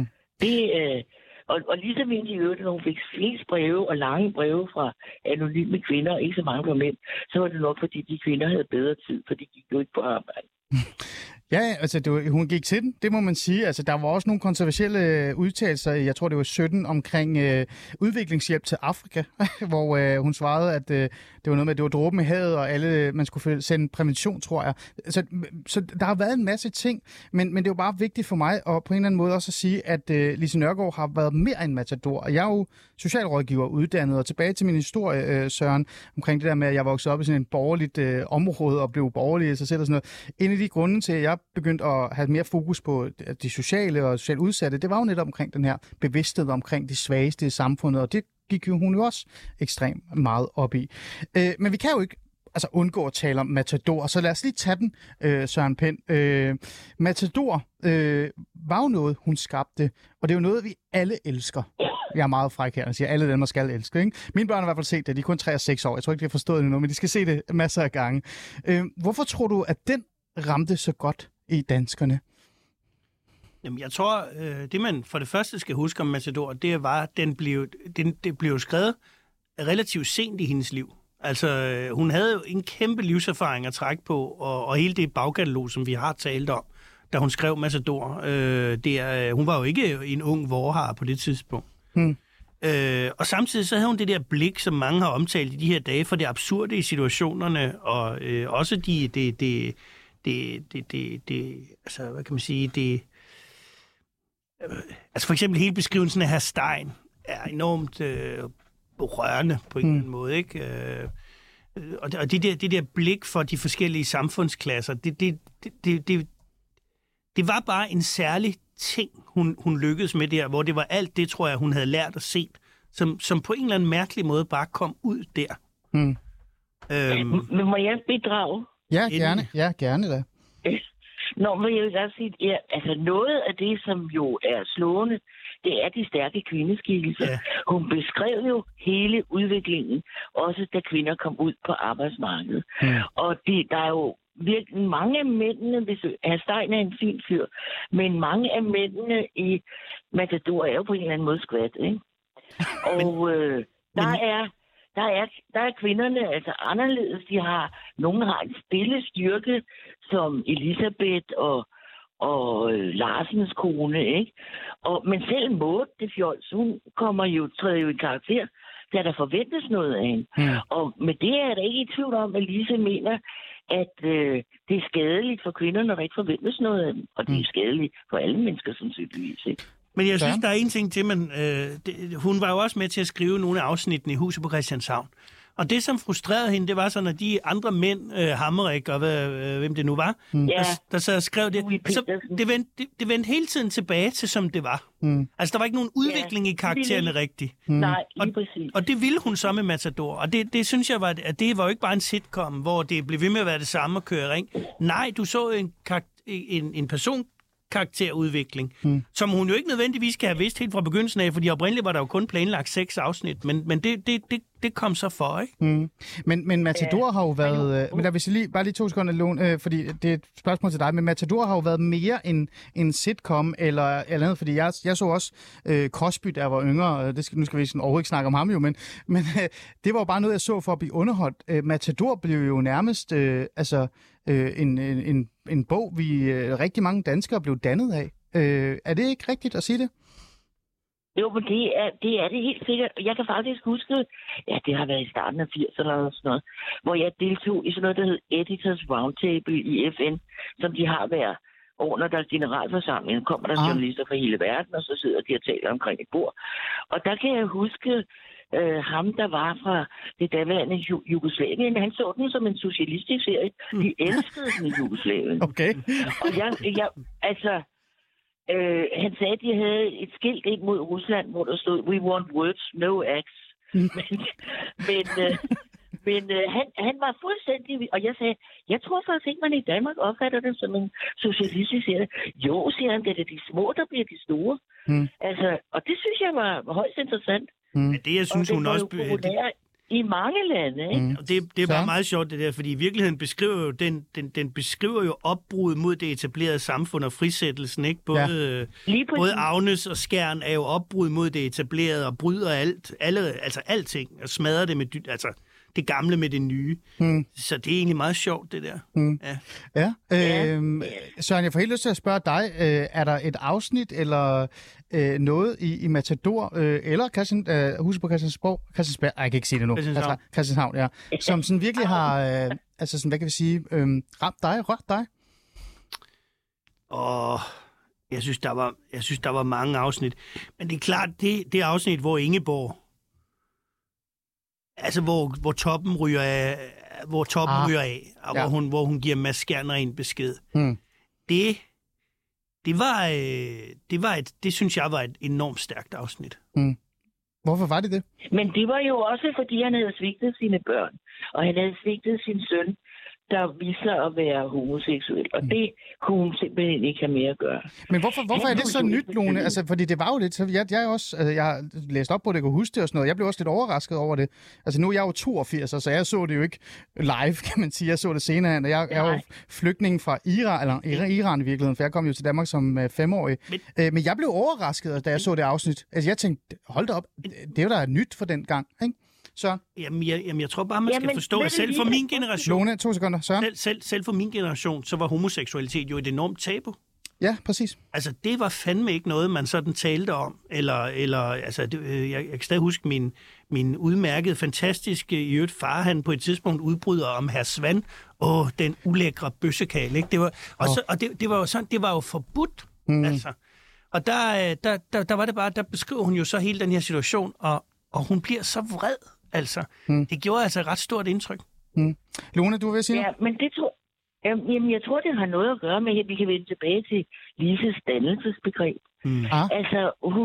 Og ligesom i øvrigt, når hun fik flest breve og lange breve fra anonyme kvinder, og ikke så mange fra mænd, så var det nok, fordi de kvinder havde bedre tid, for de gik jo ikke på arbejde. Ja, altså hun gik til den, det må man sige. Altså, der var også nogle kontroversielle udtalelser, jeg tror det var 17, omkring udviklingshjælp til Afrika, hvor hun svarede, at det var noget med, at det var dråben i havet, og man skulle sende prævention, tror jeg. Så der har været en masse ting, men det er jo bare vigtigt for mig, og på en eller anden måde også at sige, at Lise Nørgaard har været mere end matador. Og jeg er jo socialrådgiver uddannet, og tilbage til min historie, Søren, omkring det der med, at jeg voksede op i sådan et borgerligt område, og blev borgerlig i sig selv og sådan noget. En af de grunde til, at jeg begyndte at have mere fokus på de sociale og socialt udsatte, det var jo netop omkring den her bevidsthed omkring de svageste i samfundet, og det gik hun jo også ekstremt meget op i. Men vi kan jo ikke undgå at tale om Matador, så lad os lige tage den, Søren Pind. Matador var jo noget, hun skabte, og det er jo noget, vi alle elsker. Jeg er meget fræk her, og siger, alle dem, der skal elske. Ikke? Mine børn har i hvert fald set det, de er kun 3 og 6 år. Jeg tror ikke, de har forstået det endnu, men de skal se det masser af gange. Hvorfor tror du, at den ramte så godt i danskerne? Jamen, jeg tror, det man for det første skal huske om Matador, det var, at det blev skrevet relativt sent i hendes liv. Altså, hun havde jo en kæmpe livserfaring at trække på, og hele det bagkatalog, som vi har talt om, da hun skrev Matador. Hun var jo ikke en ung vorhar på det tidspunkt. Og samtidig så havde hun det der blik, som mange har omtalt i de her dage, for det absurde i situationerne, og også altså, hvad kan man sige, altså for eksempel hele beskrivelsen af Hr. Stein er enormt rørende på en eller anden måde, ikke? Og det der blik for de forskellige samfundsklasser, det var bare en særlig ting, hun lykkedes med der, hvor det var alt det, tror jeg, hun havde lært og set, som på en eller anden mærkelig måde bare kom ud der. Men må jeg bidrage? Ja, gerne. Ja, gerne da. Men jeg vil gerne sige, ja, altså noget af det, som jo er slående, det er de stærke kvindeskikkelser. Ja. Hun beskrev jo hele udviklingen, også da kvinder kom ud på arbejdsmarkedet. Og der er jo virkelig mange af mændene, hvis Hr. Stein er en fin fyr, men mange af mændene i Matador er jo på en eller anden måde skvat, ikke? Og der er kvinderne altså anderledes. Nogle har en stille styrke, som Elisabeth og Larsens kone, ikke? Men selv Maud det fjols, hun træder jo i karakter, da der forventes noget af hende. Og med det er der ikke i tvivl om, at Lise mener, at det er skadeligt for kvinder, når der ikke forventes noget af dem. Og det er skadeligt for alle mennesker, sandsynligvis, ikke? Men jeg synes, der er en ting til, men hun var jo også med til at skrive nogle af afsnittene i Huset på Christianshavn. Og det, som frustrerede hende, det var så, når de andre mænd, Hammerik og hvem det nu var, der så skrev det, så det vendte hele tiden tilbage til, som det var. Altså, der var ikke nogen udvikling i karaktererne rigtigt. Nej, lige præcis. Og det ville hun så med Matador. Og det synes jeg, at det var jo ikke bare en sitcom, hvor det blev ved med at være det samme og køre ring. Nej, du så en person karakterudvikling, som hun jo ikke nødvendigvis kan have vidst helt fra begyndelsen af, fordi oprindeligt var der jo kun planlagt 6 afsnit, men det kom så for, ikke? Men Matador har jo været... men der vil jeg bare lige 2 sekunder, Lone, fordi det er et spørgsmål til dig, men Matador har jo været mere en sitcom eller andet, fordi jeg så også Cosby, der var yngre, nu skal vi overhovedet ikke snakke om ham jo, men det var jo bare noget, jeg så for at blive underholdt. Matador blev jo nærmest en bog, vi rigtig mange danskere blev dannet af. Er det ikke rigtigt at sige det? Jo, men det er det helt sikkert. Jeg kan faktisk huske, det har været i starten af 80'erne eller sådan noget, hvor jeg deltog i sådan noget, der hed Editors Roundtable i FN, som de har hver år, når der er generalforsamling, kommer der journalister fra hele verden, og så sidder de og taler omkring et bord. Og der kan jeg huske ham, der var fra det daværende Jugoslavien. Han så den som en socialistisk serie. De elskede den i Jugoslavien. Okay. Og han sagde, at de havde et skilt ind mod Men han var fuldstændig... Og jeg sagde, jeg tror faktisk ikke, man i Danmark opfatter det som en socialistisk serie. Jo, siger han, det er de små, der bliver de store. Altså, og det synes jeg var højst interessant. Ja, det, jeg synes, hun også... I mange lande, ikke? Det er bare meget sjovt, det der, fordi i virkeligheden beskriver jo den beskriver jo opbrud mod det etablerede samfund og frisættelsen, ikke? Både Agnes og Skjern er jo opbrud mod det etablerede og bryder alting og smadrer det med det gamle med det nye. Så det er egentlig meget sjovt, det der. Søren, jeg får helt lyst til at spørge dig, er der et afsnit eller noget i Matador, eller huset på Christiansberg, jeg kan ikke sige det nu, Christianshavn, ja, som sådan virkelig har, altså sådan, hvad kan vi sige, ramt dig, rørt dig? Jeg synes, der var mange afsnit. Men det er klart, det afsnit, hvor Ingeborg, altså hvor toppen ryger af, og hvor hun giver Mads Skjern en besked. Det synes jeg var et enormt stærkt afsnit. Hvorfor var det det? Men det var jo også, fordi han havde svigtet sine børn, og han havde svigtet sin søn, der viste sig at være homoseksuel. Og det kunne hun simpelthen ikke have mere at gøre. Men hvorfor er det så nyt, Lone? Altså, fordi det var jo lidt... Jeg har læst op på det, jeg kunne huske det og sådan noget. Jeg blev også lidt overrasket over det. Altså, nu er jeg jo 82, så jeg så det jo ikke live, kan man sige. Jeg så det senere. Jeg er jo flygtning fra Iran i virkeligheden, for jeg kom jo til Danmark som 5-årig. Men jeg blev overrasket, da jeg så det afsnit. Altså, jeg tænkte, hold da op, det er jo da nyt for den gang, ikke? Så. Jamen, jeg tror bare, man skal forstå, at selv for min generation... Lone, 2 sekunder. Søren? Selv for min generation, så var homoseksualitet jo et enormt tabu. Ja, præcis. Altså, det var fandme ikke noget, man sådan talte om. Jeg kan stadig huske min udmærkede, fantastiske, i øvrigt far, han på et tidspunkt udbryder om herr Svan, den ulækre bøssekale, ikke? Det var jo sådan, det var jo forbudt, altså. Og der var det bare, der beskriver hun jo så hele den her situation, og hun bliver så vred, altså. Det gjorde altså et ret stort indtryk. Lone, du vil sige? Ja, men det tror... Jamen, jeg tror, det har noget at gøre med, at vi kan vende tilbage til Lises dannelsesbegreb. Altså,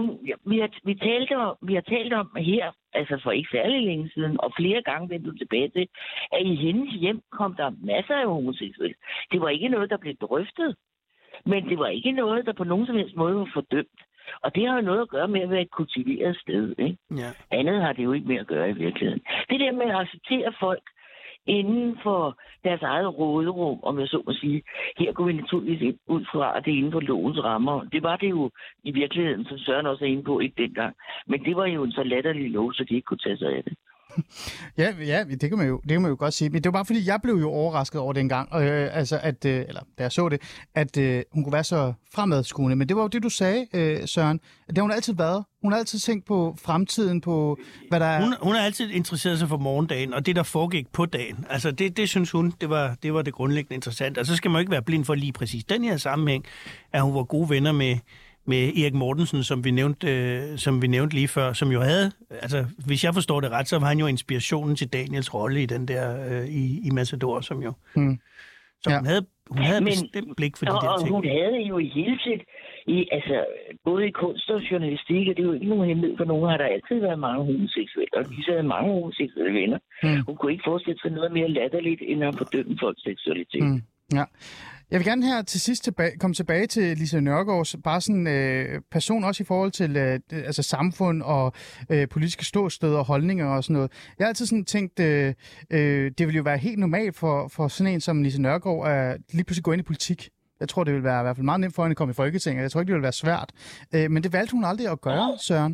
vi har talt om her, altså for ikke særlig længe siden, og flere gange vendte du tilbage til, at i hendes hjem kom der masser af homoseksuelle. Det var ikke noget, der blev drøftet, men det var ikke noget, der på nogen som helst måde var fordømt. Og det har jo noget at gøre med at være et kultiveret sted, ikke? Ja. Andet har det jo ikke mere at gøre i virkeligheden. Det der med at acceptere folk inden for deres eget råderum, om jeg så må sige. Her går vi naturligvis ud fra, at det er inden for lovens rammer. Det var det jo i virkeligheden, som Søren også er inde på, ikke dengang. Men det var jo en så latterlig lov, så de ikke kunne tage sig af det. Ja, det kan man jo godt sige. Men det var bare fordi, jeg blev jo overrasket over dengang, da jeg så det, at hun kunne være så fremadskuende. Men det var jo det, du sagde, Søren. Det har hun altid været. Hun har altid tænkt på fremtiden, på hvad der er... Hun har altid interesseret sig for morgendagen, og det, der foregik på dagen. Altså, det synes hun, det var det grundlæggende interessant. Og så skal man jo ikke være blind for lige præcis den her sammenhæng, at hun var gode venner med Erik Mortensen, som vi nævnte lige før, som jo havde, altså hvis jeg forstår det ret, så var han jo inspirationen til Daniels rolle i den der i Matador, som jo. Så hun havde bestemt blik for de der ting. Og hun havde jo i hele sit, både i kunst og journalistik, og det er jo ikke nogen hemmelighed for nogen, har der altid været mange homoseksuelle, og de havde mange homoseksuelle venner. Hun kunne ikke forestille sig noget mere latterligt, end at fordømme folks seksualitet. Ja. Jeg vil gerne her til sidst komme tilbage til Lise Nørgaards bare sådan person også i forhold til samfund og politiske ståsteder og holdninger og sådan noget. Jeg har altid sådan tænkt, det ville jo være helt normalt for sådan en som Lise Nørgaard at lige pludselig gå ind i politik. Jeg tror, det ville være i hvert fald meget nemt for hende at komme i Folketinget. Jeg tror ikke, det ville være svært. Men det valgte hun aldrig at gøre, Søren.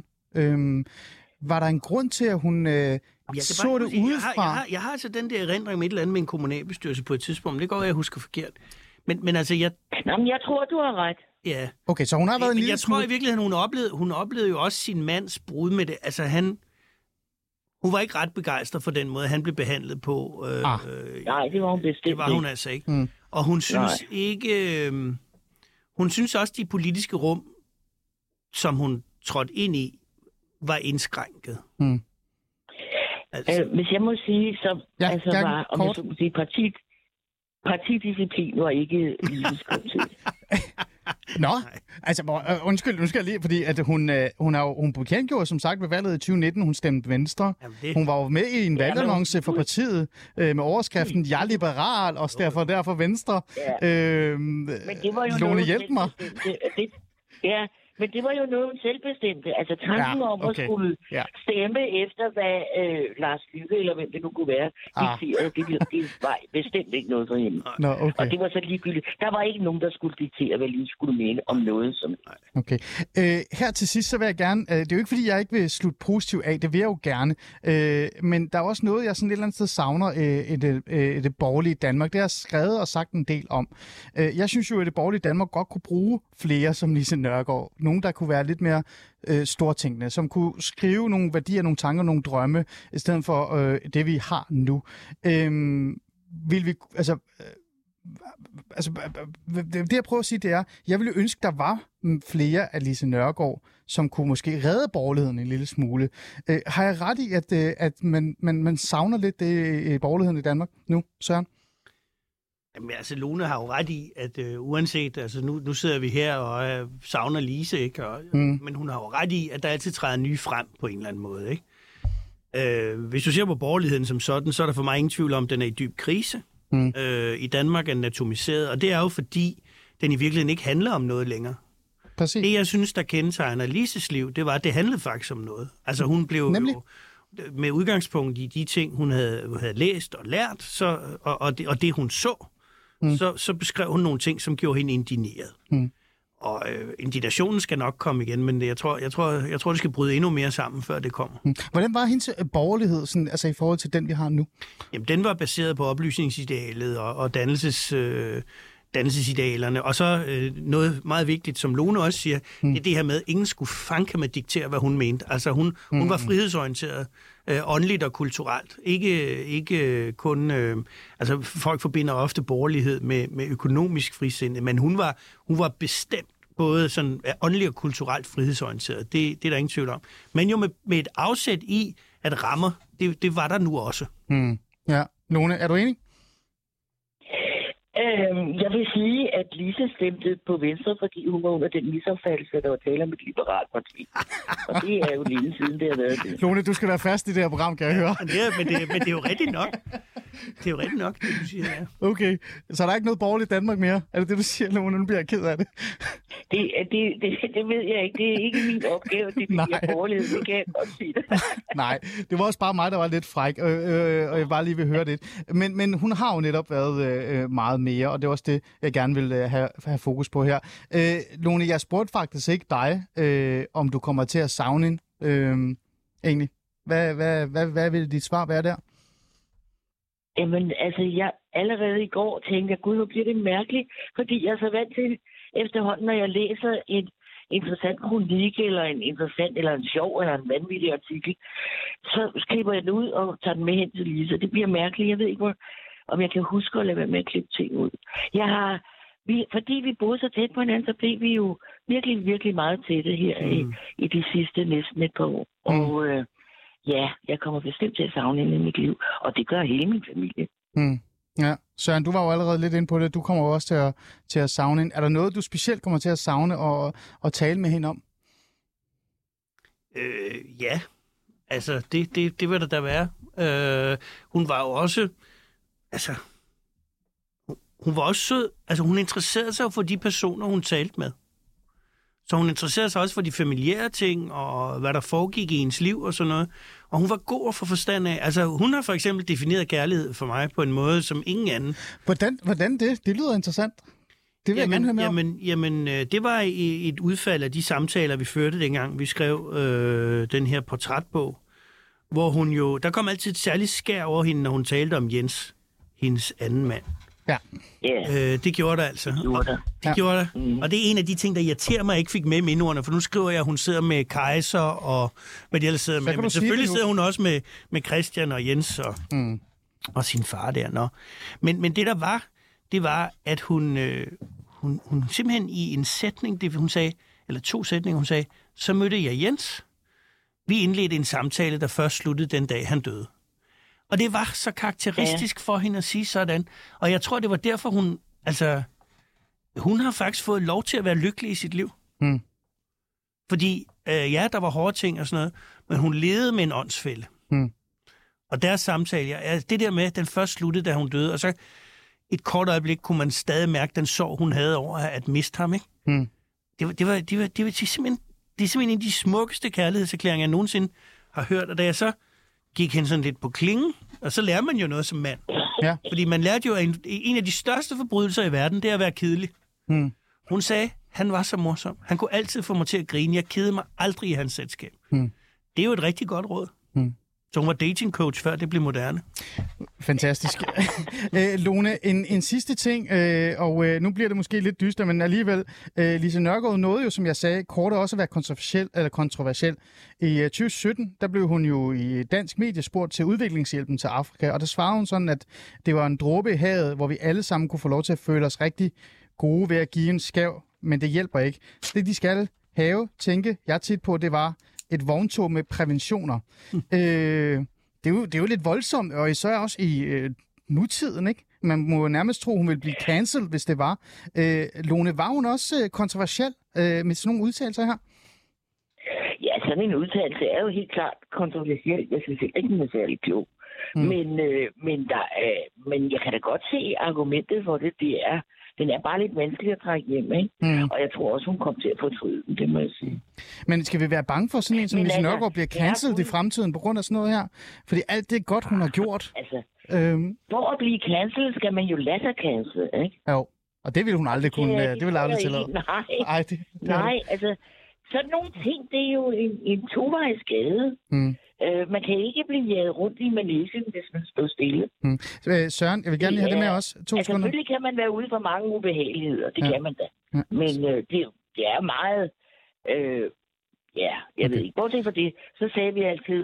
Var der en grund til, at hun så det udefra? Jeg har altså den der erindring med et eller andet med en kommunalbestyrelse på et tidspunkt. Det går, jeg husker forkert. Men altså, jeg tror, du har ret. Ja. Okay, så hun har været en lille jeg tror i virkeligheden, hun oplevede jo også sin mands brud med det. Altså, hun var ikke ret begejstret for den måde, han blev behandlet på. Nej, det var hun bestemt. Det var hun altså ikke. Og hun synes ikke... hun synes også, de politiske rum, som hun trådte ind i, var indskrænket. Altså. Hvis jeg må sige, så var, om jeg så må sige, partidisciplin var ikke livets kvalitet. Nå, altså undskyld lige, fordi at hun bekendtgjorde som sagt ved valget i 2019, hun stemte Venstre. Hun var jo med i en valgannonce for partiet med overskriften "Jeg er liberal, og derfor Venstre". Men det var jo Lone, hjælp mig. Men det var jo noget, hun selv bestemte. Altså tanken om at skulle stemme efter, hvad Lars Løkke, eller hvem det nu kunne være, dikterede, det var bestemt ikke noget for hende. Og det var så ligegyldigt. Der var ikke nogen, der skulle diktere, hvad lige skulle mene om noget som... Okay. Her til sidst, så vil jeg gerne... det er jo ikke, fordi jeg ikke vil slutte positivt af. Det vil jeg jo gerne. Men der er også noget, jeg sådan et eller andet sted savner i det borgerlige Danmark. Det har jeg skrevet og sagt en del om. Jeg synes jo, at det borgerlige Danmark godt kunne bruge flere som Lise Nørgaard. Nogen, der kunne være lidt mere stortænkende, som kunne skrive nogle værdier, nogle tanker, nogle drømme, i stedet for det, vi har nu. Vil vi... det jeg prøver at sige, det er, jeg ville ønske, der var flere af Lise Nørgaard, som kunne måske redde borgerligheden en lille smule. Har jeg ret i, at man savner lidt det borgerligheden i Danmark nu, Søren? Jamen, altså, Lone har jo ret i, at uanset, altså nu sidder vi her og savner Lise, ikke? Men hun har jo ret i, at der altid træder nye frem på en eller anden måde, ikke? Hvis du ser på borgerligheden som sådan, så er der for mig ingen tvivl om, at den er i dyb krise. I Danmark er den atomiseret, og det er jo fordi, den i virkeligheden ikke handler om noget længere. Præcis. Det, jeg synes, der kendetegner Lises liv, det var, at det handlede faktisk om noget. Altså, hun blev jo med udgangspunkt i de ting, hun havde læst og lært, og det hun så beskrev hun nogle ting, som gjorde hende indigneret. Og indignationen skal nok komme igen, men jeg tror, det skal bryde endnu mere sammen, før det kommer. Hvordan var hendes borgerlighed sådan, altså i forhold til den, vi har nu? Jamen, den var baseret på oplysningsidealet og dannelsesidealerne. Og så noget meget vigtigt, som Lone også siger, det er det her med, at ingen skulle fanke med diktere, hvad hun mente. Altså, hun var frihedsorienteret, åndeligt og kulturelt. Ikke kun... altså, folk forbinder ofte borgerlighed med økonomisk frisind, men hun var bestemt både sådan åndeligt og kulturelt frihedsorienteret. Det er der ingen tvivl om. Men jo med et afsæt i, at rammer, det var der nu også. Ja. Lone, er du enig? Jeg vil sige, at Lise stemte på Venstre, fordi hun var under den misopfattelse, der var tale om et liberalt parti. Og det er jo længe siden, det har været det. Lone, du skal være fast i det her program, kan jeg høre. Men det er jo rigtigt nok. Det er jo rigtigt nok, det du siger, ja. Okay, så er der ikke noget borgerligt Danmark mere? Er det det, du siger, Lone? Nu bliver jeg ked af det. Det ved jeg ikke. Det er ikke min opgave, det bliver borgerlighed. Det kan jeg godt sige det. Nej, det var også bare mig, der var lidt fræk, og jeg bare lige vil høre det. Men hun har jo netop været meget mere, og det er også det, jeg gerne vil have fokus på her. Lone, jeg spurgte faktisk ikke dig, om du kommer til at savne hende, egentlig. Hvad vil dit svar være der? Jamen, altså, jeg allerede i går tænkte, gud, nu bliver det mærkeligt, fordi jeg er så vant til efterhånden, når jeg læser en interessant kronik, eller en interessant, eller en sjov, eller en vanvittig artikel, så skriver jeg den ud og tager den med hen til Lise. Det bliver mærkeligt. Jeg ved ikke, om jeg kan huske at lade være med at klippe ting ud. Fordi vi boede så tæt på hinanden, så blev vi jo virkelig, virkelig meget tætte her i de sidste næsten et par år. Og jeg kommer bestemt til at savne hende i mit liv, og det gør hele min familie. Ja, Søren, du var jo allerede lidt inde på det. Du kommer jo også til at savne hende. Er der noget, du specielt kommer til at savne og tale med hende om? Ja, altså det vil der da være. Hun var jo også, altså hun var også sød. Altså hun interesserede sig for de personer, hun talte med. Så hun interesserede sig også for de familiære ting, og hvad der foregik i ens liv og sådan noget. Og hun var god at få forstand af. Altså, hun har for eksempel defineret kærlighed for mig på en måde, som ingen anden. Hvordan det? Det lyder interessant. Det vil jeg gerne høre mere om. Jamen, det var et udfald af de samtaler, vi førte dengang. Vi skrev den her portrætbog, hvor hun jo... Der kom altid et særligt skær over hende, når hun talte om Jens, hendes anden mand. Ja. Det gjorde der altså. Det gjorde der. Og det er en af de ting, der irriterer mig, jeg ikke fik med i mindeordene, for nu skriver jeg, at hun sidder med Kaiser og hvad de ellers sidder med. Men selvfølgelig sidder hun også med Christian og Jens og sin far der. Nå. Men det der var, det var, at hun simpelthen i en sætning, det hun sagde, eller 2 sætninger, hun sagde, så mødte jeg Jens. Vi indledte en samtale, der først sluttede den dag, han døde. Og det var så karakteristisk for hende at sige sådan. Og jeg tror, det var derfor, hun... Altså, hun har faktisk fået lov til at være lykkelig i sit liv. Fordi, der var hårde ting og sådan noget, men hun levede med en åndsfælde. Og deres samtale, det der med, den først sluttede, da hun døde, og så et kort øjeblik kunne man stadig mærke den sorg, hun havde over at miste ham, ikke? Det er simpelthen en af de smukkeste kærlighedserklæringer, jeg nogensinde har hørt, og da jeg så gik hen sådan lidt på klingen, og så lærer man jo noget som mand. Ja. Fordi man lærte jo, at en af de største forbrydelser i verden, det er at være kedelig. Hun sagde, han var så morsom. Han kunne altid få mig til at grine. Jeg kedede mig aldrig i hans selskab. Det er jo et rigtig godt råd. Så hun var datingcoach, før det blev moderne. Fantastisk. Lone, en sidste ting, og nu bliver det måske lidt dyster, men alligevel, Lise Nørgaard nåede jo, som jeg sagde, kort også at være kontroversiel. I 2017, der blev hun jo i dansk medie spurgt til udviklingshjælpen til Afrika, og der svarede hun sådan, at det var en dråbe i havet, hvor vi alle sammen kunne få lov til at føle os rigtig gode ved at give en skæv, men det hjælper ikke. Det, de skal tænke jeg tit på, det var et vogntog med præventioner. Det er jo lidt voldsomt, og især også i nutiden, ikke? Man må nærmest tro, hun ville blive cancelled, hvis det var. Lone, var hun også kontroversiel med sådan nogle udtalelser her? Ja, sådan en udtalelse er jo helt klart kontroversiel. Jeg synes ikke, den er særlig klog. Men jeg kan da godt se argumentet for det. Den er bare lidt vanskelig at trække hjem, ikke? Og jeg tror også, hun kommer til at fortryde den, det må jeg sige. Men skal vi være bange for sådan en, som Lise Nørgaard bliver cancelled i fremtiden på grund af sådan noget her? Fordi alt det godt, hun har gjort... For at blive cancelled, skal man jo lade sig cancel, ikke? Jo, og det vil hun aldrig kunne... det vil aldrig tillade. Nej, altså... Sådan nogle ting, det er jo en tovejs skade. Man kan ikke blive jaget rundt i manegen, hvis man står stille. Søren, jeg vil gerne have det med også. 2 sekunder. Selvfølgelig kan man være ude for mange ubehageligheder. Det kan man da. Ja. Men det er meget... jeg ved ikke. Bortset fra det, så sagde vi altid,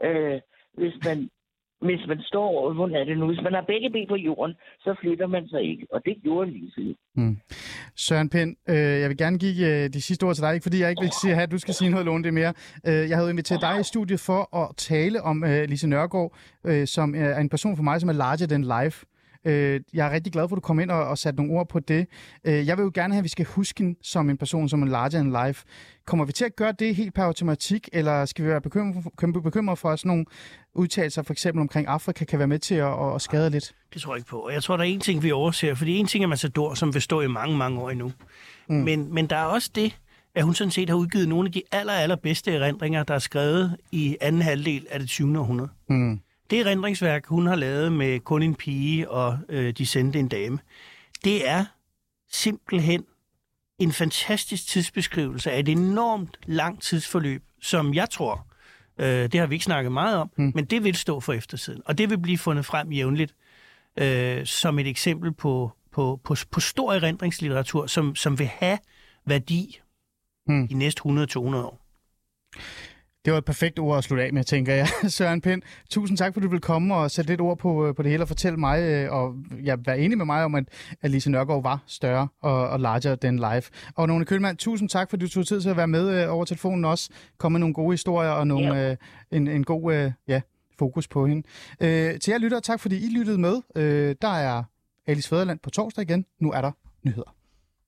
hvis man står, hvordan er det nu? Hvis man har begge ben på jorden, så flytter man sig ikke. Og det gjorde Lise. Søren Pind, jeg vil gerne give de sidste ord til dig, ikke fordi jeg ikke vil sige, at du skal sige noget, Lone, det mere. Jeg havde inviteret dig i studiet for at tale om Lise Nørgaard, som er en person for mig, som er larger than life. Jeg er rigtig glad for, at du kom ind og satte nogle ord på det. Jeg vil jo gerne have, at vi skal huske hende som en person, som er larger than life. Kommer vi til at gøre det helt per automatik, eller skal vi være bekymret for, at sådan nogle udtalelser, for eksempel omkring Afrika, kan være med til at skade lidt? Det tror jeg ikke på. Og jeg tror, der er en ting, vi overser, fordi en ting er Matador, som vil stå i mange, mange år endnu. Men der er også det, at hun sådan set har udgivet nogle af de allerbedste erindringer, der er skrevet i anden halvdel af det 20. århundrede. Det erindringsværk, hun har lavet med Kun en pige og De sendte en dame, det er simpelthen en fantastisk tidsbeskrivelse af et enormt langt tidsforløb, som jeg tror, det har vi ikke snakket meget om, men det vil stå for eftertiden. Og det vil blive fundet frem jævnligt som et eksempel på stor erindringslitteratur, som vil have værdi de næste 100-200 år. Det var et perfekt ord at slutte af med, tænker jeg. Søren Pind, tusind tak, for at du vil komme og sætte lidt ord på det hele og fortælle mig, og jeg er enig med mig om, at Lise Nørgaard var større og larger than life. Og Lone Kühlmann, tusind tak, for at du tog tid til at være med over telefonen også, komme med nogle gode historier og nogle, en god fokus på hende. Til jer lyttere, tak fordi I lyttede med. Der er Alice Fæderland på torsdag igen. Nu er der nyheder.